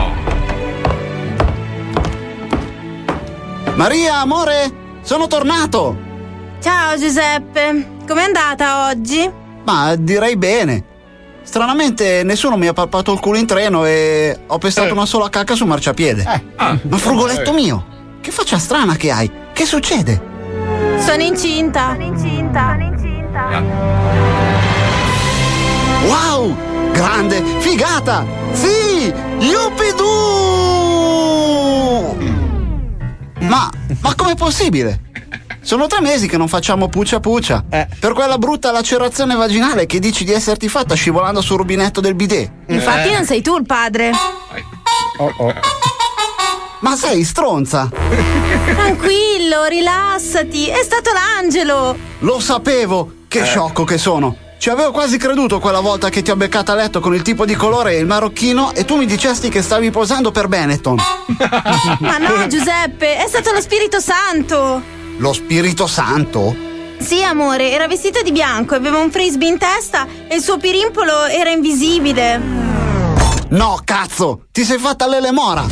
Maria, amore, sono tornato! Ciao Giuseppe, com'è andata oggi? Ma direi bene. Stranamente nessuno mi ha palpato il culo in treno e ho pestato una sola cacca sul marciapiede. Ma frugoletto mio, che faccia strana che hai? Che succede? Sono incinta. Wow! Grande! Figata! Sì! Yuppidoo! Ma com'è possibile? Sono 3 mesi che non facciamo puccia puccia. Per quella brutta lacerazione vaginale che dici di esserti fatta scivolando sul rubinetto del bidet. Infatti non sei tu il padre. Ma sei stronza! Tranquillo, rilassati, è stato l'angelo. Lo sapevo! Che sciocco che sono! Ci avevo quasi creduto quella volta che ti ho beccata a letto con il tipo di colore e il marocchino e tu mi dicesti che stavi posando per Benetton. Ma no, Giuseppe, è stato lo Spirito Santo. Lo Spirito Santo? Sì, amore, era vestito di bianco, aveva un frisbee in testa e il suo pirimpolo era invisibile. No, cazzo! Ti sei fatta l'elemora!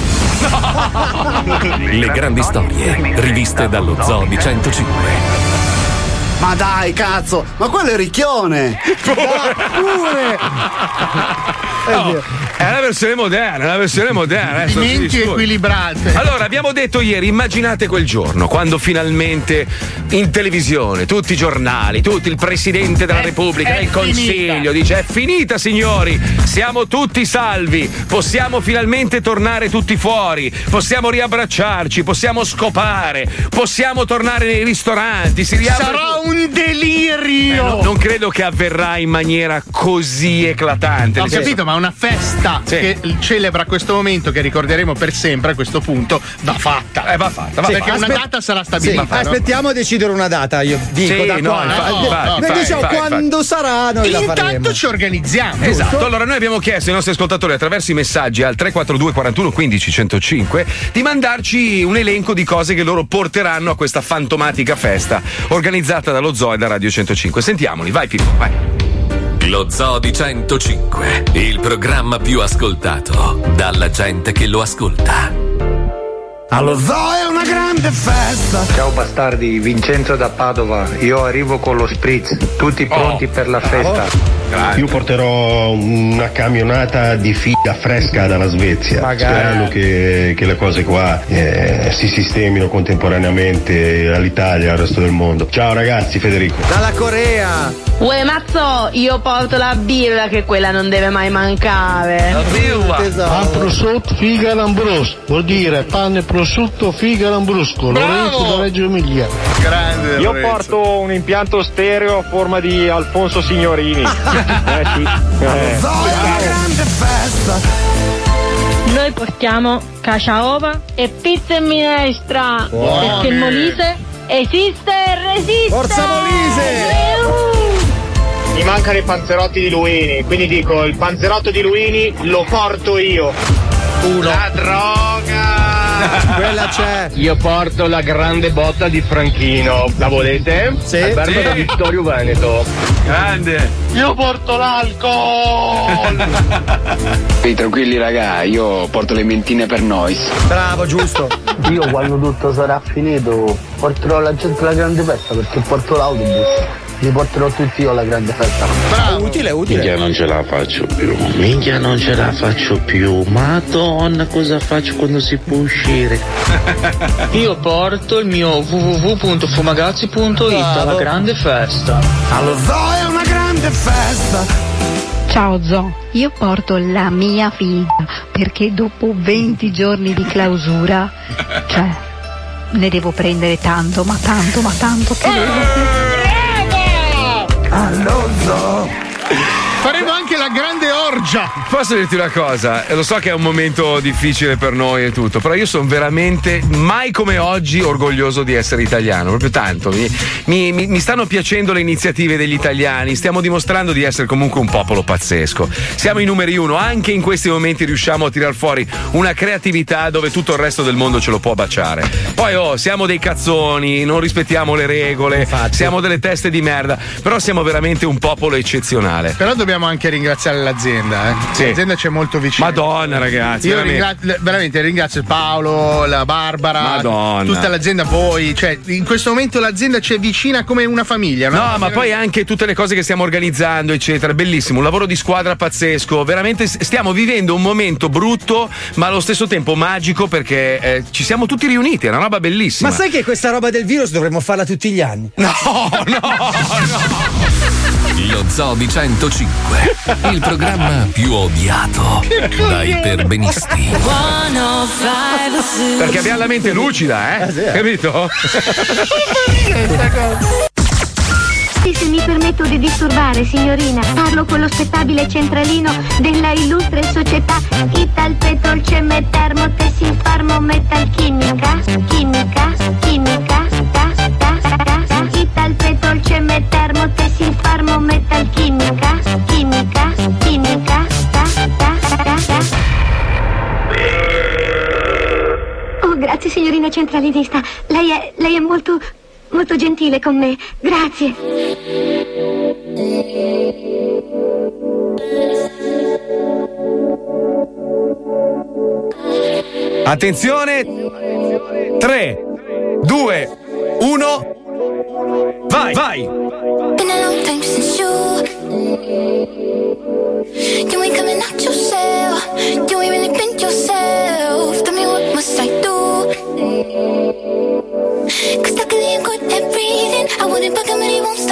Le grandi storie, riviste dallo Zoo di 105. Ma dai, cazzo! Ma quello è ricchione! Pure! È la versione moderna, adesso non si Menti discute. equilibrate. Allora, abbiamo detto ieri, immaginate quel giorno, quando finalmente in televisione, tutti i giornali, tutto il Presidente della Repubblica, il Consiglio, dice: è finita, signori, siamo tutti salvi, possiamo finalmente tornare tutti fuori, possiamo riabbracciarci, possiamo scopare, possiamo tornare nei ristoranti, si riapre. Sarà un delirio! Non credo che avverrà in maniera così eclatante. Ho capito, ma una festa Sì. che celebra questo momento che ricorderemo per sempre a questo punto va fatta. Va fatta. Perché una data sarà stabilita. Sì, aspettiamo a decidere una data, io dico Sì, da no, qua. infatti, diciamo quando sarà, noi la faremo. Intanto ci organizziamo. Esatto, allora noi abbiamo chiesto ai nostri ascoltatori attraverso i messaggi al 342 41 15 105 di mandarci un elenco di cose che loro porteranno a questa fantomatica festa organizzata dallo Zoo e da Radio 105. Sentiamoli, vai Pippo, vai. Lo Zoo di 105, il programma più ascoltato dalla gente che lo ascolta. Allo Zoo è una grande festa. Ciao bastardi, Vincenzo da Padova. Io arrivo con lo spritz, tutti pronti per la festa. Io porterò una camionata di figa fresca dalla Svezia, sperando che le cose qua si sistemino contemporaneamente all'Italia e al resto del mondo. Ciao ragazzi, Federico. Dalla Corea. Uè mazzo, io porto la birra che quella non deve mai mancare. La birra. Pan prosciutto, figa e lambrusco. Vuol dire pane prosciutto, figa e lambrusco. Lorenzo da Reggio Emilia. Grande Io Lorenzo. porto un impianto stereo a forma di Alfonso Signorini. Sì. Grande festa. Noi portiamo caciaova e pizza e minestra. Buone. Perché il Molise esiste e resiste. Forza Molise! Mi mancano i panzerotti di Luini, quindi dico il panzerotto di Luini lo porto io. La droga! Quella c'è. Io porto la grande botta di Franchino. La volete? Sì. Alberto Sì. da Vittorio Veneto. Grande. Io porto l'alcol. Ehi, tranquilli raga, io porto le mentine per noi. Bravo, giusto. Io quando tutto sarà finito porterò la gente alla grande festa perché porto l'autobus. Li porterò tutti io alla grande festa. Bravo. Utile. Minchia non ce la faccio più. Madonna, cosa faccio quando si può uscire? Io porto il mio www.fumagazzi.it alla grande festa. Allo Zoo è una grande festa. Ciao Zo, io porto la mia figa perché dopo 20 giorni di clausura, cioè, ne devo prendere tanto che Allo Zoo. Faremo anche la grande orgia. Posso dirti una cosa? Lo so che è un momento difficile per noi e tutto, però io sono veramente mai come oggi orgoglioso di essere italiano, proprio tanto. Mi stanno piacendo le iniziative degli italiani, stiamo dimostrando di essere comunque un popolo pazzesco. Siamo i numeri uno, anche in questi momenti riusciamo a tirar fuori una creatività dove tutto il resto del mondo ce lo può baciare. Poi siamo dei cazzoni, non rispettiamo le regole, siamo delle teste di merda, però siamo veramente un popolo eccezionale. Però dobbiamo anche ringraziare l'azienda, Sì. L'azienda c'è molto vicino. Madonna ragazzi, Io veramente. ringrazio Paolo, la Barbara, Madonna. tutta l'azienda, voi, cioè in questo momento l'azienda ci è vicina come una famiglia, no? No, ma poi anche tutte le cose che stiamo organizzando, eccetera. Bellissimo, un lavoro di squadra pazzesco. Veramente stiamo vivendo un momento brutto, ma allo stesso tempo magico perché ci siamo tutti riuniti. È una roba bellissima. Ma sai che questa roba del virus dovremmo farla tutti gli anni? No. Lo Zoo di 105, il programma più odiato dai perbenisti. Perché abbiamo la mente lucida, Sì, capito? Se mi permetto di disturbare, signorina, parlo con lo spettabile centralino della illustre società Italpetrolceme Termotessin Farmo Metalchimica, Italpetrolceme Termotessin Farmo Metalchimica, Oh, grazie signorina centralinista, lei è molto gentile con me, grazie. Attenzione, 3, 2, 1, vai! Been a long time since you ain't coming out your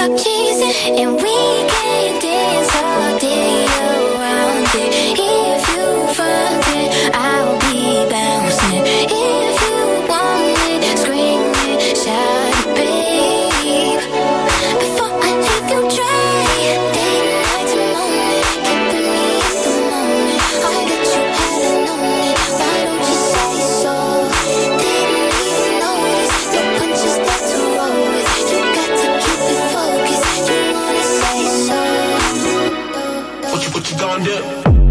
stop cheesing, and we can dance all day around it. If you find it, I'll be bouncing. If you want it, scream it, shout it, babe. Before I leave you dry, day and night to moment, keeping me in the moment. I bet you hadn't known it. Why don't you say so? Didn't even notice the punches that to roll with. You got to keep it focused. You wanna say so? What you gonna do?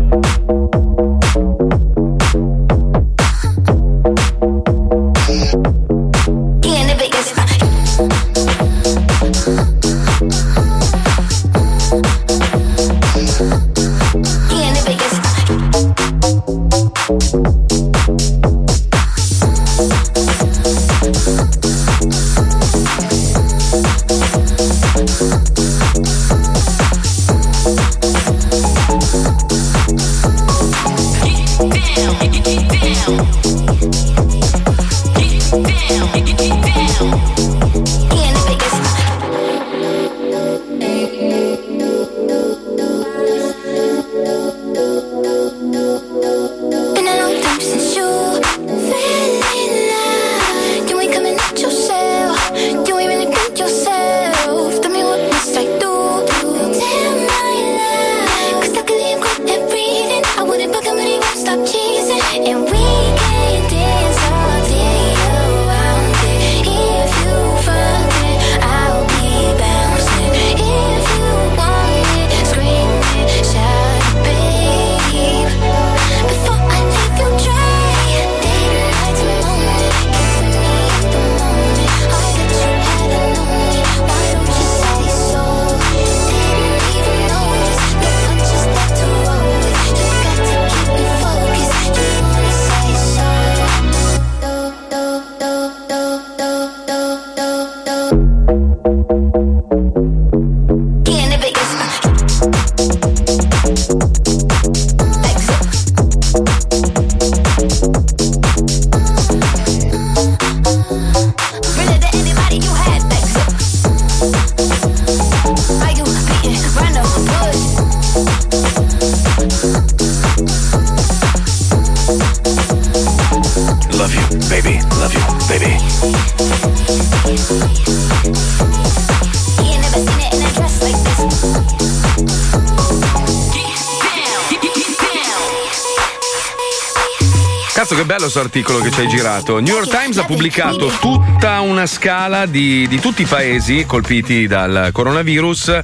Cazzo, che bello questo articolo che ci hai girato. New York Times ha pubblicato tutta una scala di tutti i paesi colpiti dal coronavirus,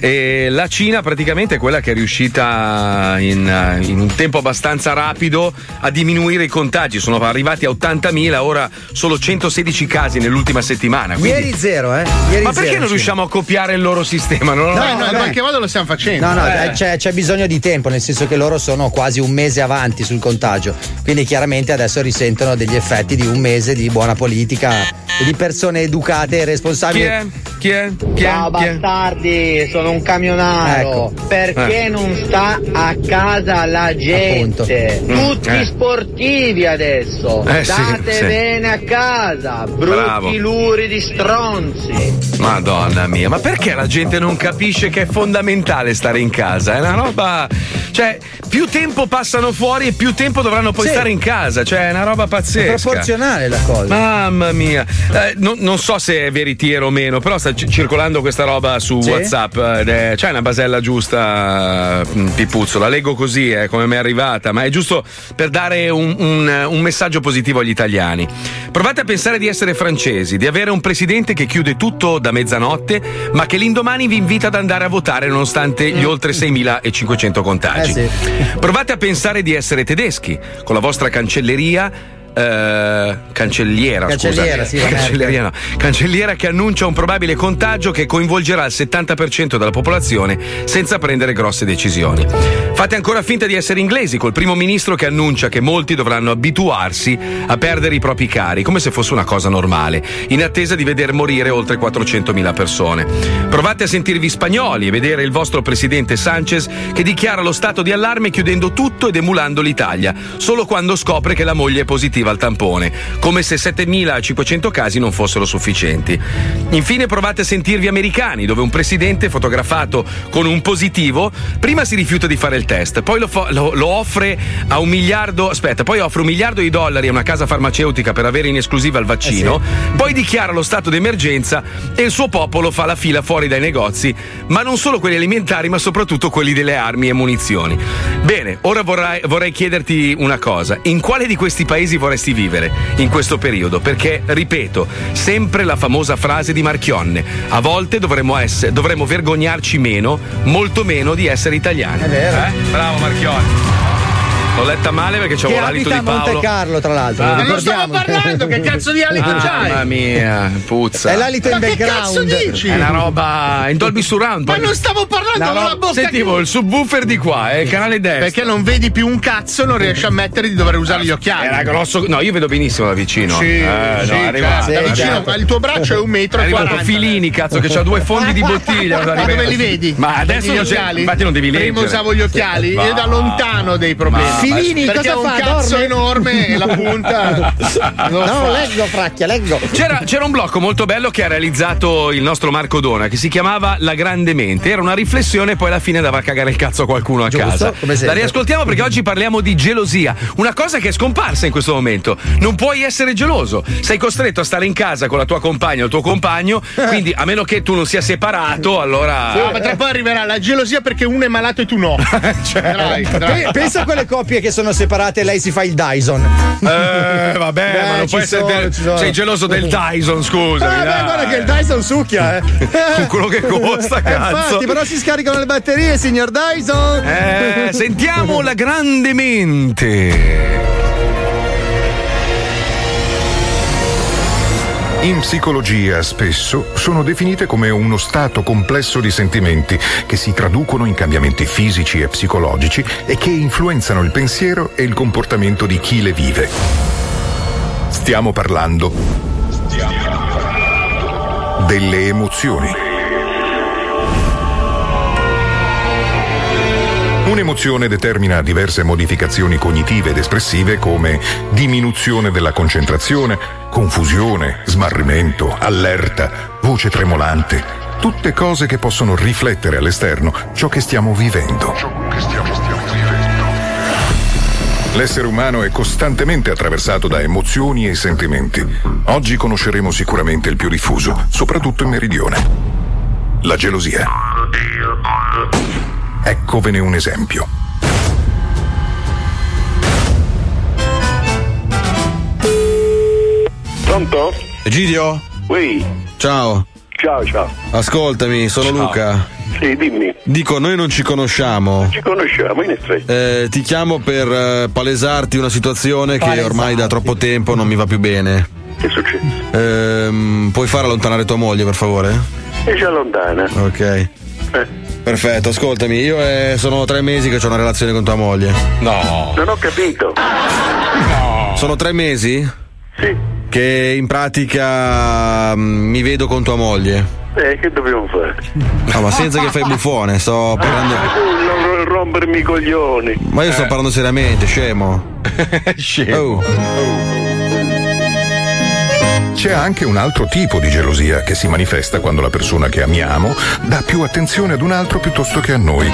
e la Cina praticamente è quella che è riuscita in un tempo abbastanza rapido a diminuire i contagi. Sono arrivati a 80.000, ora solo 116 casi nell'ultima settimana. Quindi... Ieri zero, Ieri ma perché zero, non riusciamo a copiare il loro sistema? No, in qualche modo lo stiamo facendo. No, c'è bisogno di tempo, nel senso che loro sono quasi un mese avanti sul contagio, quindi chiaramente adesso risentono degli effetti di un mese di buona politica e di persone educate e responsabili. Chi è? Ciao bastardi, sono un camionaro. Ecco. Perché non sta a casa la gente? Tutti sportivi adesso. State sì. bene a casa, brutti Bravo. luridi stronzi. Madonna mia, ma perché la gente non capisce che è fondamentale stare in casa? È una roba. Cioè, più tempo passano fuori e più tempo dovranno poi stare in casa. Cioè, è una roba pazzesca. È proporzionale la cosa. Mamma mia. Non so se è veritiero o meno, però sta circolando questa roba su WhatsApp. C'è una basella giusta, Pipuzzo. La leggo così, come mi è arrivata, ma è giusto per dare un messaggio positivo agli italiani. Provate a pensare di essere francesi, di avere un presidente che chiude tutto da mezzanotte, ma che l'indomani vi invita ad andare a votare nonostante gli oltre 6.500 contagi. Provate a pensare di essere tedeschi, con la vostra cancelliera cancelliera che annuncia un probabile contagio che coinvolgerà il 70% della popolazione senza prendere grosse decisioni. Fate ancora finta di essere inglesi, col primo ministro che annuncia che molti dovranno abituarsi a perdere i propri cari, come se fosse una cosa normale, in attesa di veder morire oltre 400.000 persone. Provate a sentirvi spagnoli e vedere il vostro presidente Sanchez che dichiara lo stato di allarme chiudendo tutto ed emulando l'Italia, solo quando scopre che la moglie è positiva positiva al tampone, come se 7.500 casi non fossero sufficienti. Infine provate a sentirvi americani, dove un presidente fotografato con un positivo prima si rifiuta di fare il test, poi lo offre a poi offre $1 miliardo a una casa farmaceutica per avere in esclusiva il vaccino, poi dichiara lo stato d'emergenza e il suo popolo fa la fila fuori dai negozi, ma non solo quelli alimentari, ma soprattutto quelli delle armi e munizioni. Bene, ora vorrei chiederti una cosa: in quale di questi paesi vorresti vivere in questo periodo? Perché, ripeto, sempre la famosa frase di Marchionne: a volte dovremmo vergognarci meno, molto meno, di essere italiani. È vero. Bravo Marchionne. L'ho letta male perché c'avevo l'alito di Paolo. Che abita a Monte Carlo, tra l'altro. Ma non stavo parlando, che cazzo di alito c'hai? Mamma mia, puzza. È l'alito in background. Che cazzo dici? È una roba in Dolby Surround. Ma non stavo parlando con la bocca. Sentivo il subwoofer di qua, il canale destro. Perché non vedi più un cazzo, non riesci a mettere di dover usare gli occhiali. Era grosso. No, io vedo benissimo da vicino. Sì, arriva da vicino. Il tuo braccio è 1,40 m. Filini, cazzo, che c'ha 2 fondi di bottiglia. Ma dove li vedi? Ma adesso gli occhiali? Infatti non devi leggere. Prima usavo gli occhiali e da lontano dei problemi. Filini, perché cosa un cazzo enorme e la punta. No, leggo, Fracchia, leggo. C'era un blocco molto bello che ha realizzato il nostro Marco Dona, che si chiamava La Grande Mente. Era una riflessione e poi alla fine andava a cagare il cazzo a qualcuno a casa. La riascoltiamo perché oggi parliamo di gelosia, una cosa che è scomparsa in questo momento. Non puoi essere geloso, sei costretto a stare in casa con la tua compagna o il tuo compagno, quindi a meno che tu non sia separato, allora. Sì, ma tra poi arriverà la gelosia perché uno è malato e tu no. Dai. Pensa a quelle coppie che sono separate e lei si fa il Dyson. Vabbè, ma non può essere. Sei geloso del Dyson, scusami. Guarda che il Dyson succhia, Con quello che costa, cazzo. Infatti, però si scaricano le batterie, signor Dyson. Sentiamo La Grande Mente. In psicologia spesso sono definite come uno stato complesso di sentimenti che si traducono in cambiamenti fisici e psicologici e che influenzano il pensiero e il comportamento di chi le vive. Stiamo parlando delle emozioni. Un'emozione determina diverse modificazioni cognitive ed espressive come diminuzione della concentrazione, confusione, smarrimento, allerta, voce tremolante, tutte cose che possono riflettere all'esterno ciò che stiamo vivendo. L'essere umano è costantemente attraversato da emozioni e sentimenti. Oggi conosceremo sicuramente il più diffuso, soprattutto in meridione: la gelosia. Eccovene un esempio. Pronto? Egidio? Oui. Ciao. Ciao. Ascoltami, sono Luca. Sì, dimmi. Dico, noi non ci conosciamo. Ci conosciamo, in effetti. Ti chiamo per palesarti una situazione che ormai da troppo tempo non mi va più bene. Che è successo? Puoi far allontanare tua moglie, per favore? È già lontana. Ok. Perfetto, ascoltami, io sono 3 mesi che ho una relazione con tua moglie. No. Non ho capito. No. Sono 3 mesi? Sì. Che in pratica mi vedo con tua moglie. Che dobbiamo fare? No, ma senza che fai buffone, sto parlando. Non rompermi i coglioni. Ma io sto parlando seriamente, scemo. Scemo. C'è anche un altro tipo di gelosia che si manifesta quando la persona che amiamo dà più attenzione ad un altro piuttosto che a noi.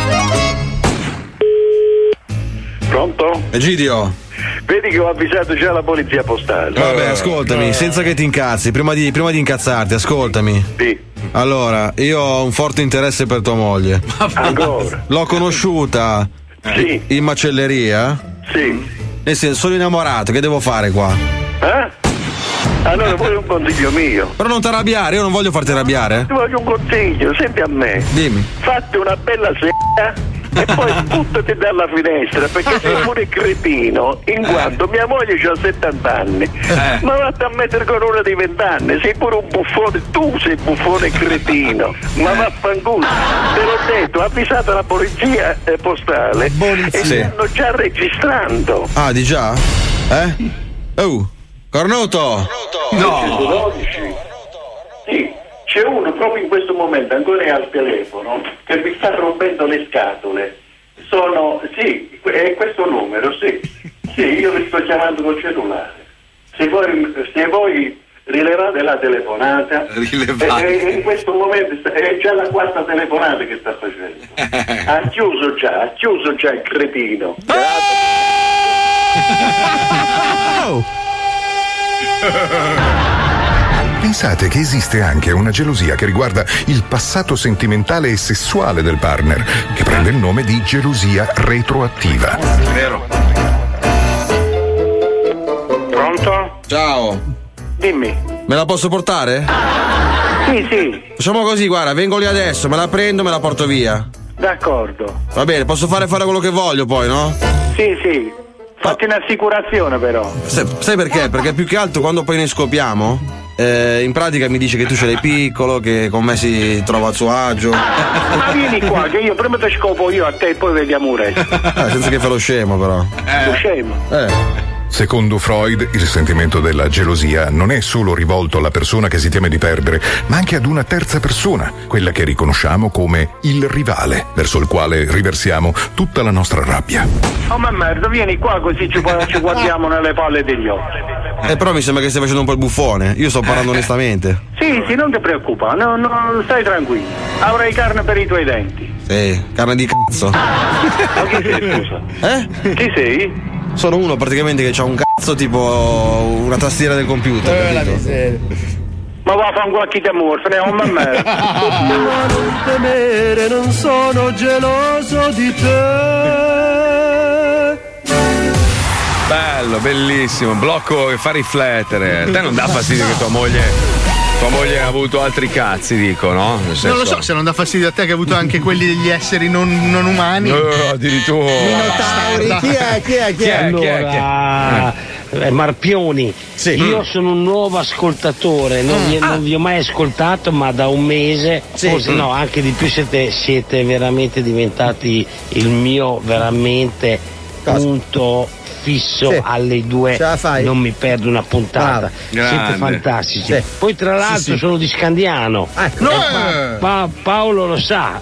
Pronto? Egidio? Vedi che ho avvisato già la polizia postale. Vabbè, ascoltami, senza che ti incazzi, prima di incazzarti, ascoltami. Sì. Allora, io ho un forte interesse per tua moglie. Ancora? L'ho conosciuta in macelleria. Sì. Nel senso, sono innamorato, che devo fare qua? Allora vuoi un consiglio mio? Però non ti arrabbiare, io non voglio farti arrabbiare. Ti voglio un consiglio, senti a me. Dimmi. Fatti una bella e poi buttati dalla finestra, perché sei pure cretino, in quanto mia moglie ha 70 anni, ma vatti a mettere con una di 20 anni, sei pure un buffone, tu sei buffone cretino, ma vaffanculo, te l'ho detto, ho avvisato la polizia postale e stanno già registrando. Ah, di già? Oh, Cornuto! No! Sì, c'è uno proprio in questo momento, ancora è al telefono, che mi sta rompendo le scatole. È questo numero, sì, io vi sto chiamando col cellulare. se voi rilevate la telefonata, e in questo momento è già la quarta telefonata che sta facendo. Ha chiuso già il cretino. Pensate che esiste anche una gelosia che riguarda il passato sentimentale e sessuale del partner, che prende il nome di gelosia retroattiva. Vero. Pronto? Ciao. Dimmi. Me la posso portare? Sì. Facciamo così, guarda, vengo lì adesso, me la prendo e me la porto via. D'accordo. Va bene, posso fare quello che voglio poi, no? Sì. Fatti un'assicurazione però. Sai perché? Perché più che altro quando poi ne scopiamo, in pratica mi dice che tu ce l'hai piccolo, che con me si trova a suo agio. Ma vieni qua, che io prima ti scopo io a te e poi vediamo il resto. Senza che fa lo scemo però. Lo scemo? Secondo Freud, il sentimento della gelosia non è solo rivolto alla persona che si teme di perdere, ma anche ad una terza persona, quella che riconosciamo come il rivale, verso il quale riversiamo tutta la nostra rabbia. Oh ma merda, vieni qua così ci guardiamo nelle palle degli occhi. Però mi sembra che stai facendo un po' il buffone. Io sto parlando onestamente. Sì, non ti preoccupare, no, stai tranquillo. Avrai carne per i tuoi denti. Sì, carne di cazzo. Ma chi sei, scusa? Chi sei? Sono uno praticamente che c'ha un cazzo tipo una tastiera del computer. Ma va a fare un qualche temore, ne ho una merda. Non temere, non sono geloso di te. Bello, bellissimo, blocco che fa riflettere. A te non dà fastidio che tua moglie ha avuto altri cazzi, dico, no? Nel senso... Non lo so se non dà fastidio a te che hai avuto anche quelli degli esseri non umani. Addirittura. Minotauri, chi è? Allora, Marpioni, io sono un nuovo ascoltatore, non vi ho mai ascoltato, ma da un mese, forse no, anche di più siete veramente diventati il mio veramente punto fisso alle 2, non mi perdo una puntata. Siete fantastici. Poi tra l'altro sono di Scandiano. Paolo lo sa.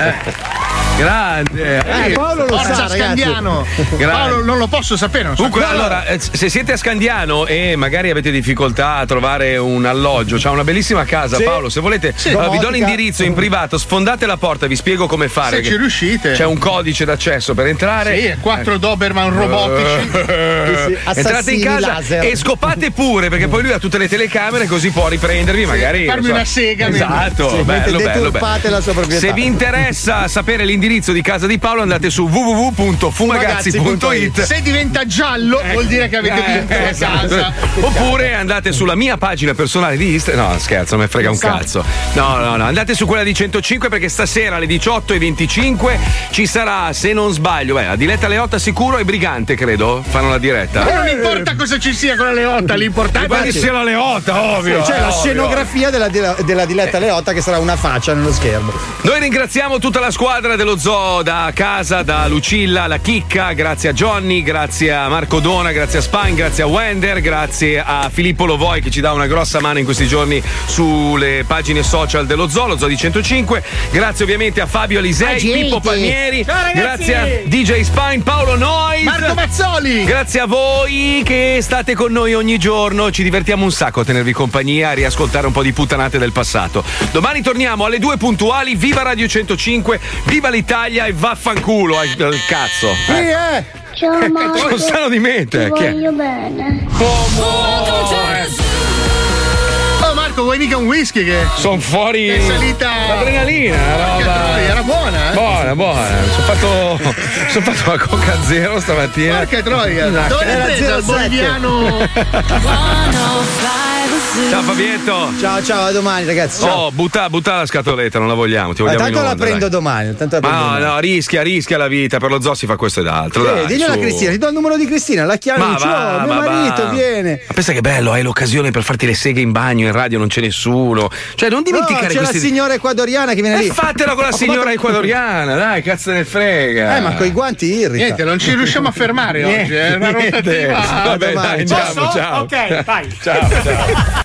Grande. Paolo lo sa, Scandiano. Paolo non lo posso sapere. Non so. Comunque, allora, se siete a Scandiano e magari avete difficoltà a trovare un alloggio, c'ha una bellissima casa, Paolo. Se volete, vi do l'indirizzo in privato, sfondate la porta, vi spiego come fare. Se ci riuscite. C'è un codice d'accesso per entrare. Sì, 4 Doberman robotici. Entrate in casa laser. E scopate pure, perché poi lui ha tutte le telecamere, così può riprendervi, magari. Farmi una sega. Esatto. Bello. La sua proprietà. Se vi interessa sapere l'indirizzo di casa di Paolo, andate su www.fumagazzi.it. Se diventa giallo vuol dire che avete vinto la casa. Oppure andate sulla mia pagina personale di Instagram. No, scherzo, non mi frega un cazzo. No, andate su quella di 105, perché stasera alle 18:25 ci sarà, se non sbaglio, la Diletta Leotta sicuro e Brigante, credo, fanno la diretta. Ma non importa cosa ci sia con la Leotta, l'importante è che sia la Leotta, ovvio. C'è la scenografia della Diletta Leotta che sarà una faccia nello schermo. Noi ringraziamo tutta la squadra dello Zoo, da casa, da Lucilla, la Chicca, grazie a Johnny, grazie a Marco Dona, grazie a Spine, grazie a Wender, grazie a Filippo Lovoi che ci dà una grossa mano in questi giorni sulle pagine social dello Zoo, lo Zoo di 105. Grazie ovviamente a Fabio Alisei, Pippo Palmieri, grazie a DJ Spine, Paolo Nois, Marco Mazzoli. Grazie a voi che state con noi ogni giorno, ci divertiamo un sacco a tenervi compagnia, a riascoltare un po' di puttanate del passato. Domani torniamo alle 2 puntuali, viva Radio 105, viva l'Italia e vaffanculo al cazzo. Ciao Marco. Sono sano di mente. Ti voglio bene. Oh Marco, vuoi mica un whisky che? Sono fuori. È salita l'adrenalina, roba. Era buona, Buona. Sono fatto la Coca Zero stamattina. Porca troia. Dove l'hai presa il boliviano? Ciao Fabietto. Ciao, a domani ragazzi. Ciao. Butta la scatoletta, non la vogliamo. Ti vogliamo tanto in onda, la prendo domani. No, rischia la vita. Per lo Zoo si fa questo ed altro. Diglielo a Cristina, ti do il numero di Cristina, la chiami, mio marito viene. Ma pensa che bello, hai l'occasione per farti le seghe in bagno, in radio non c'è nessuno. Cioè, non dimenticare c'è la signora ecuadoriana che viene lì. Fatela con la signora ecuadoriana, dai, cazzo ne frega. Ma con i guanti irrita. Niente, non ci riusciamo a fermare oggi, è una rotativa. Vabbè, dai, andiamo, ciao. Ok, vai. Ciao.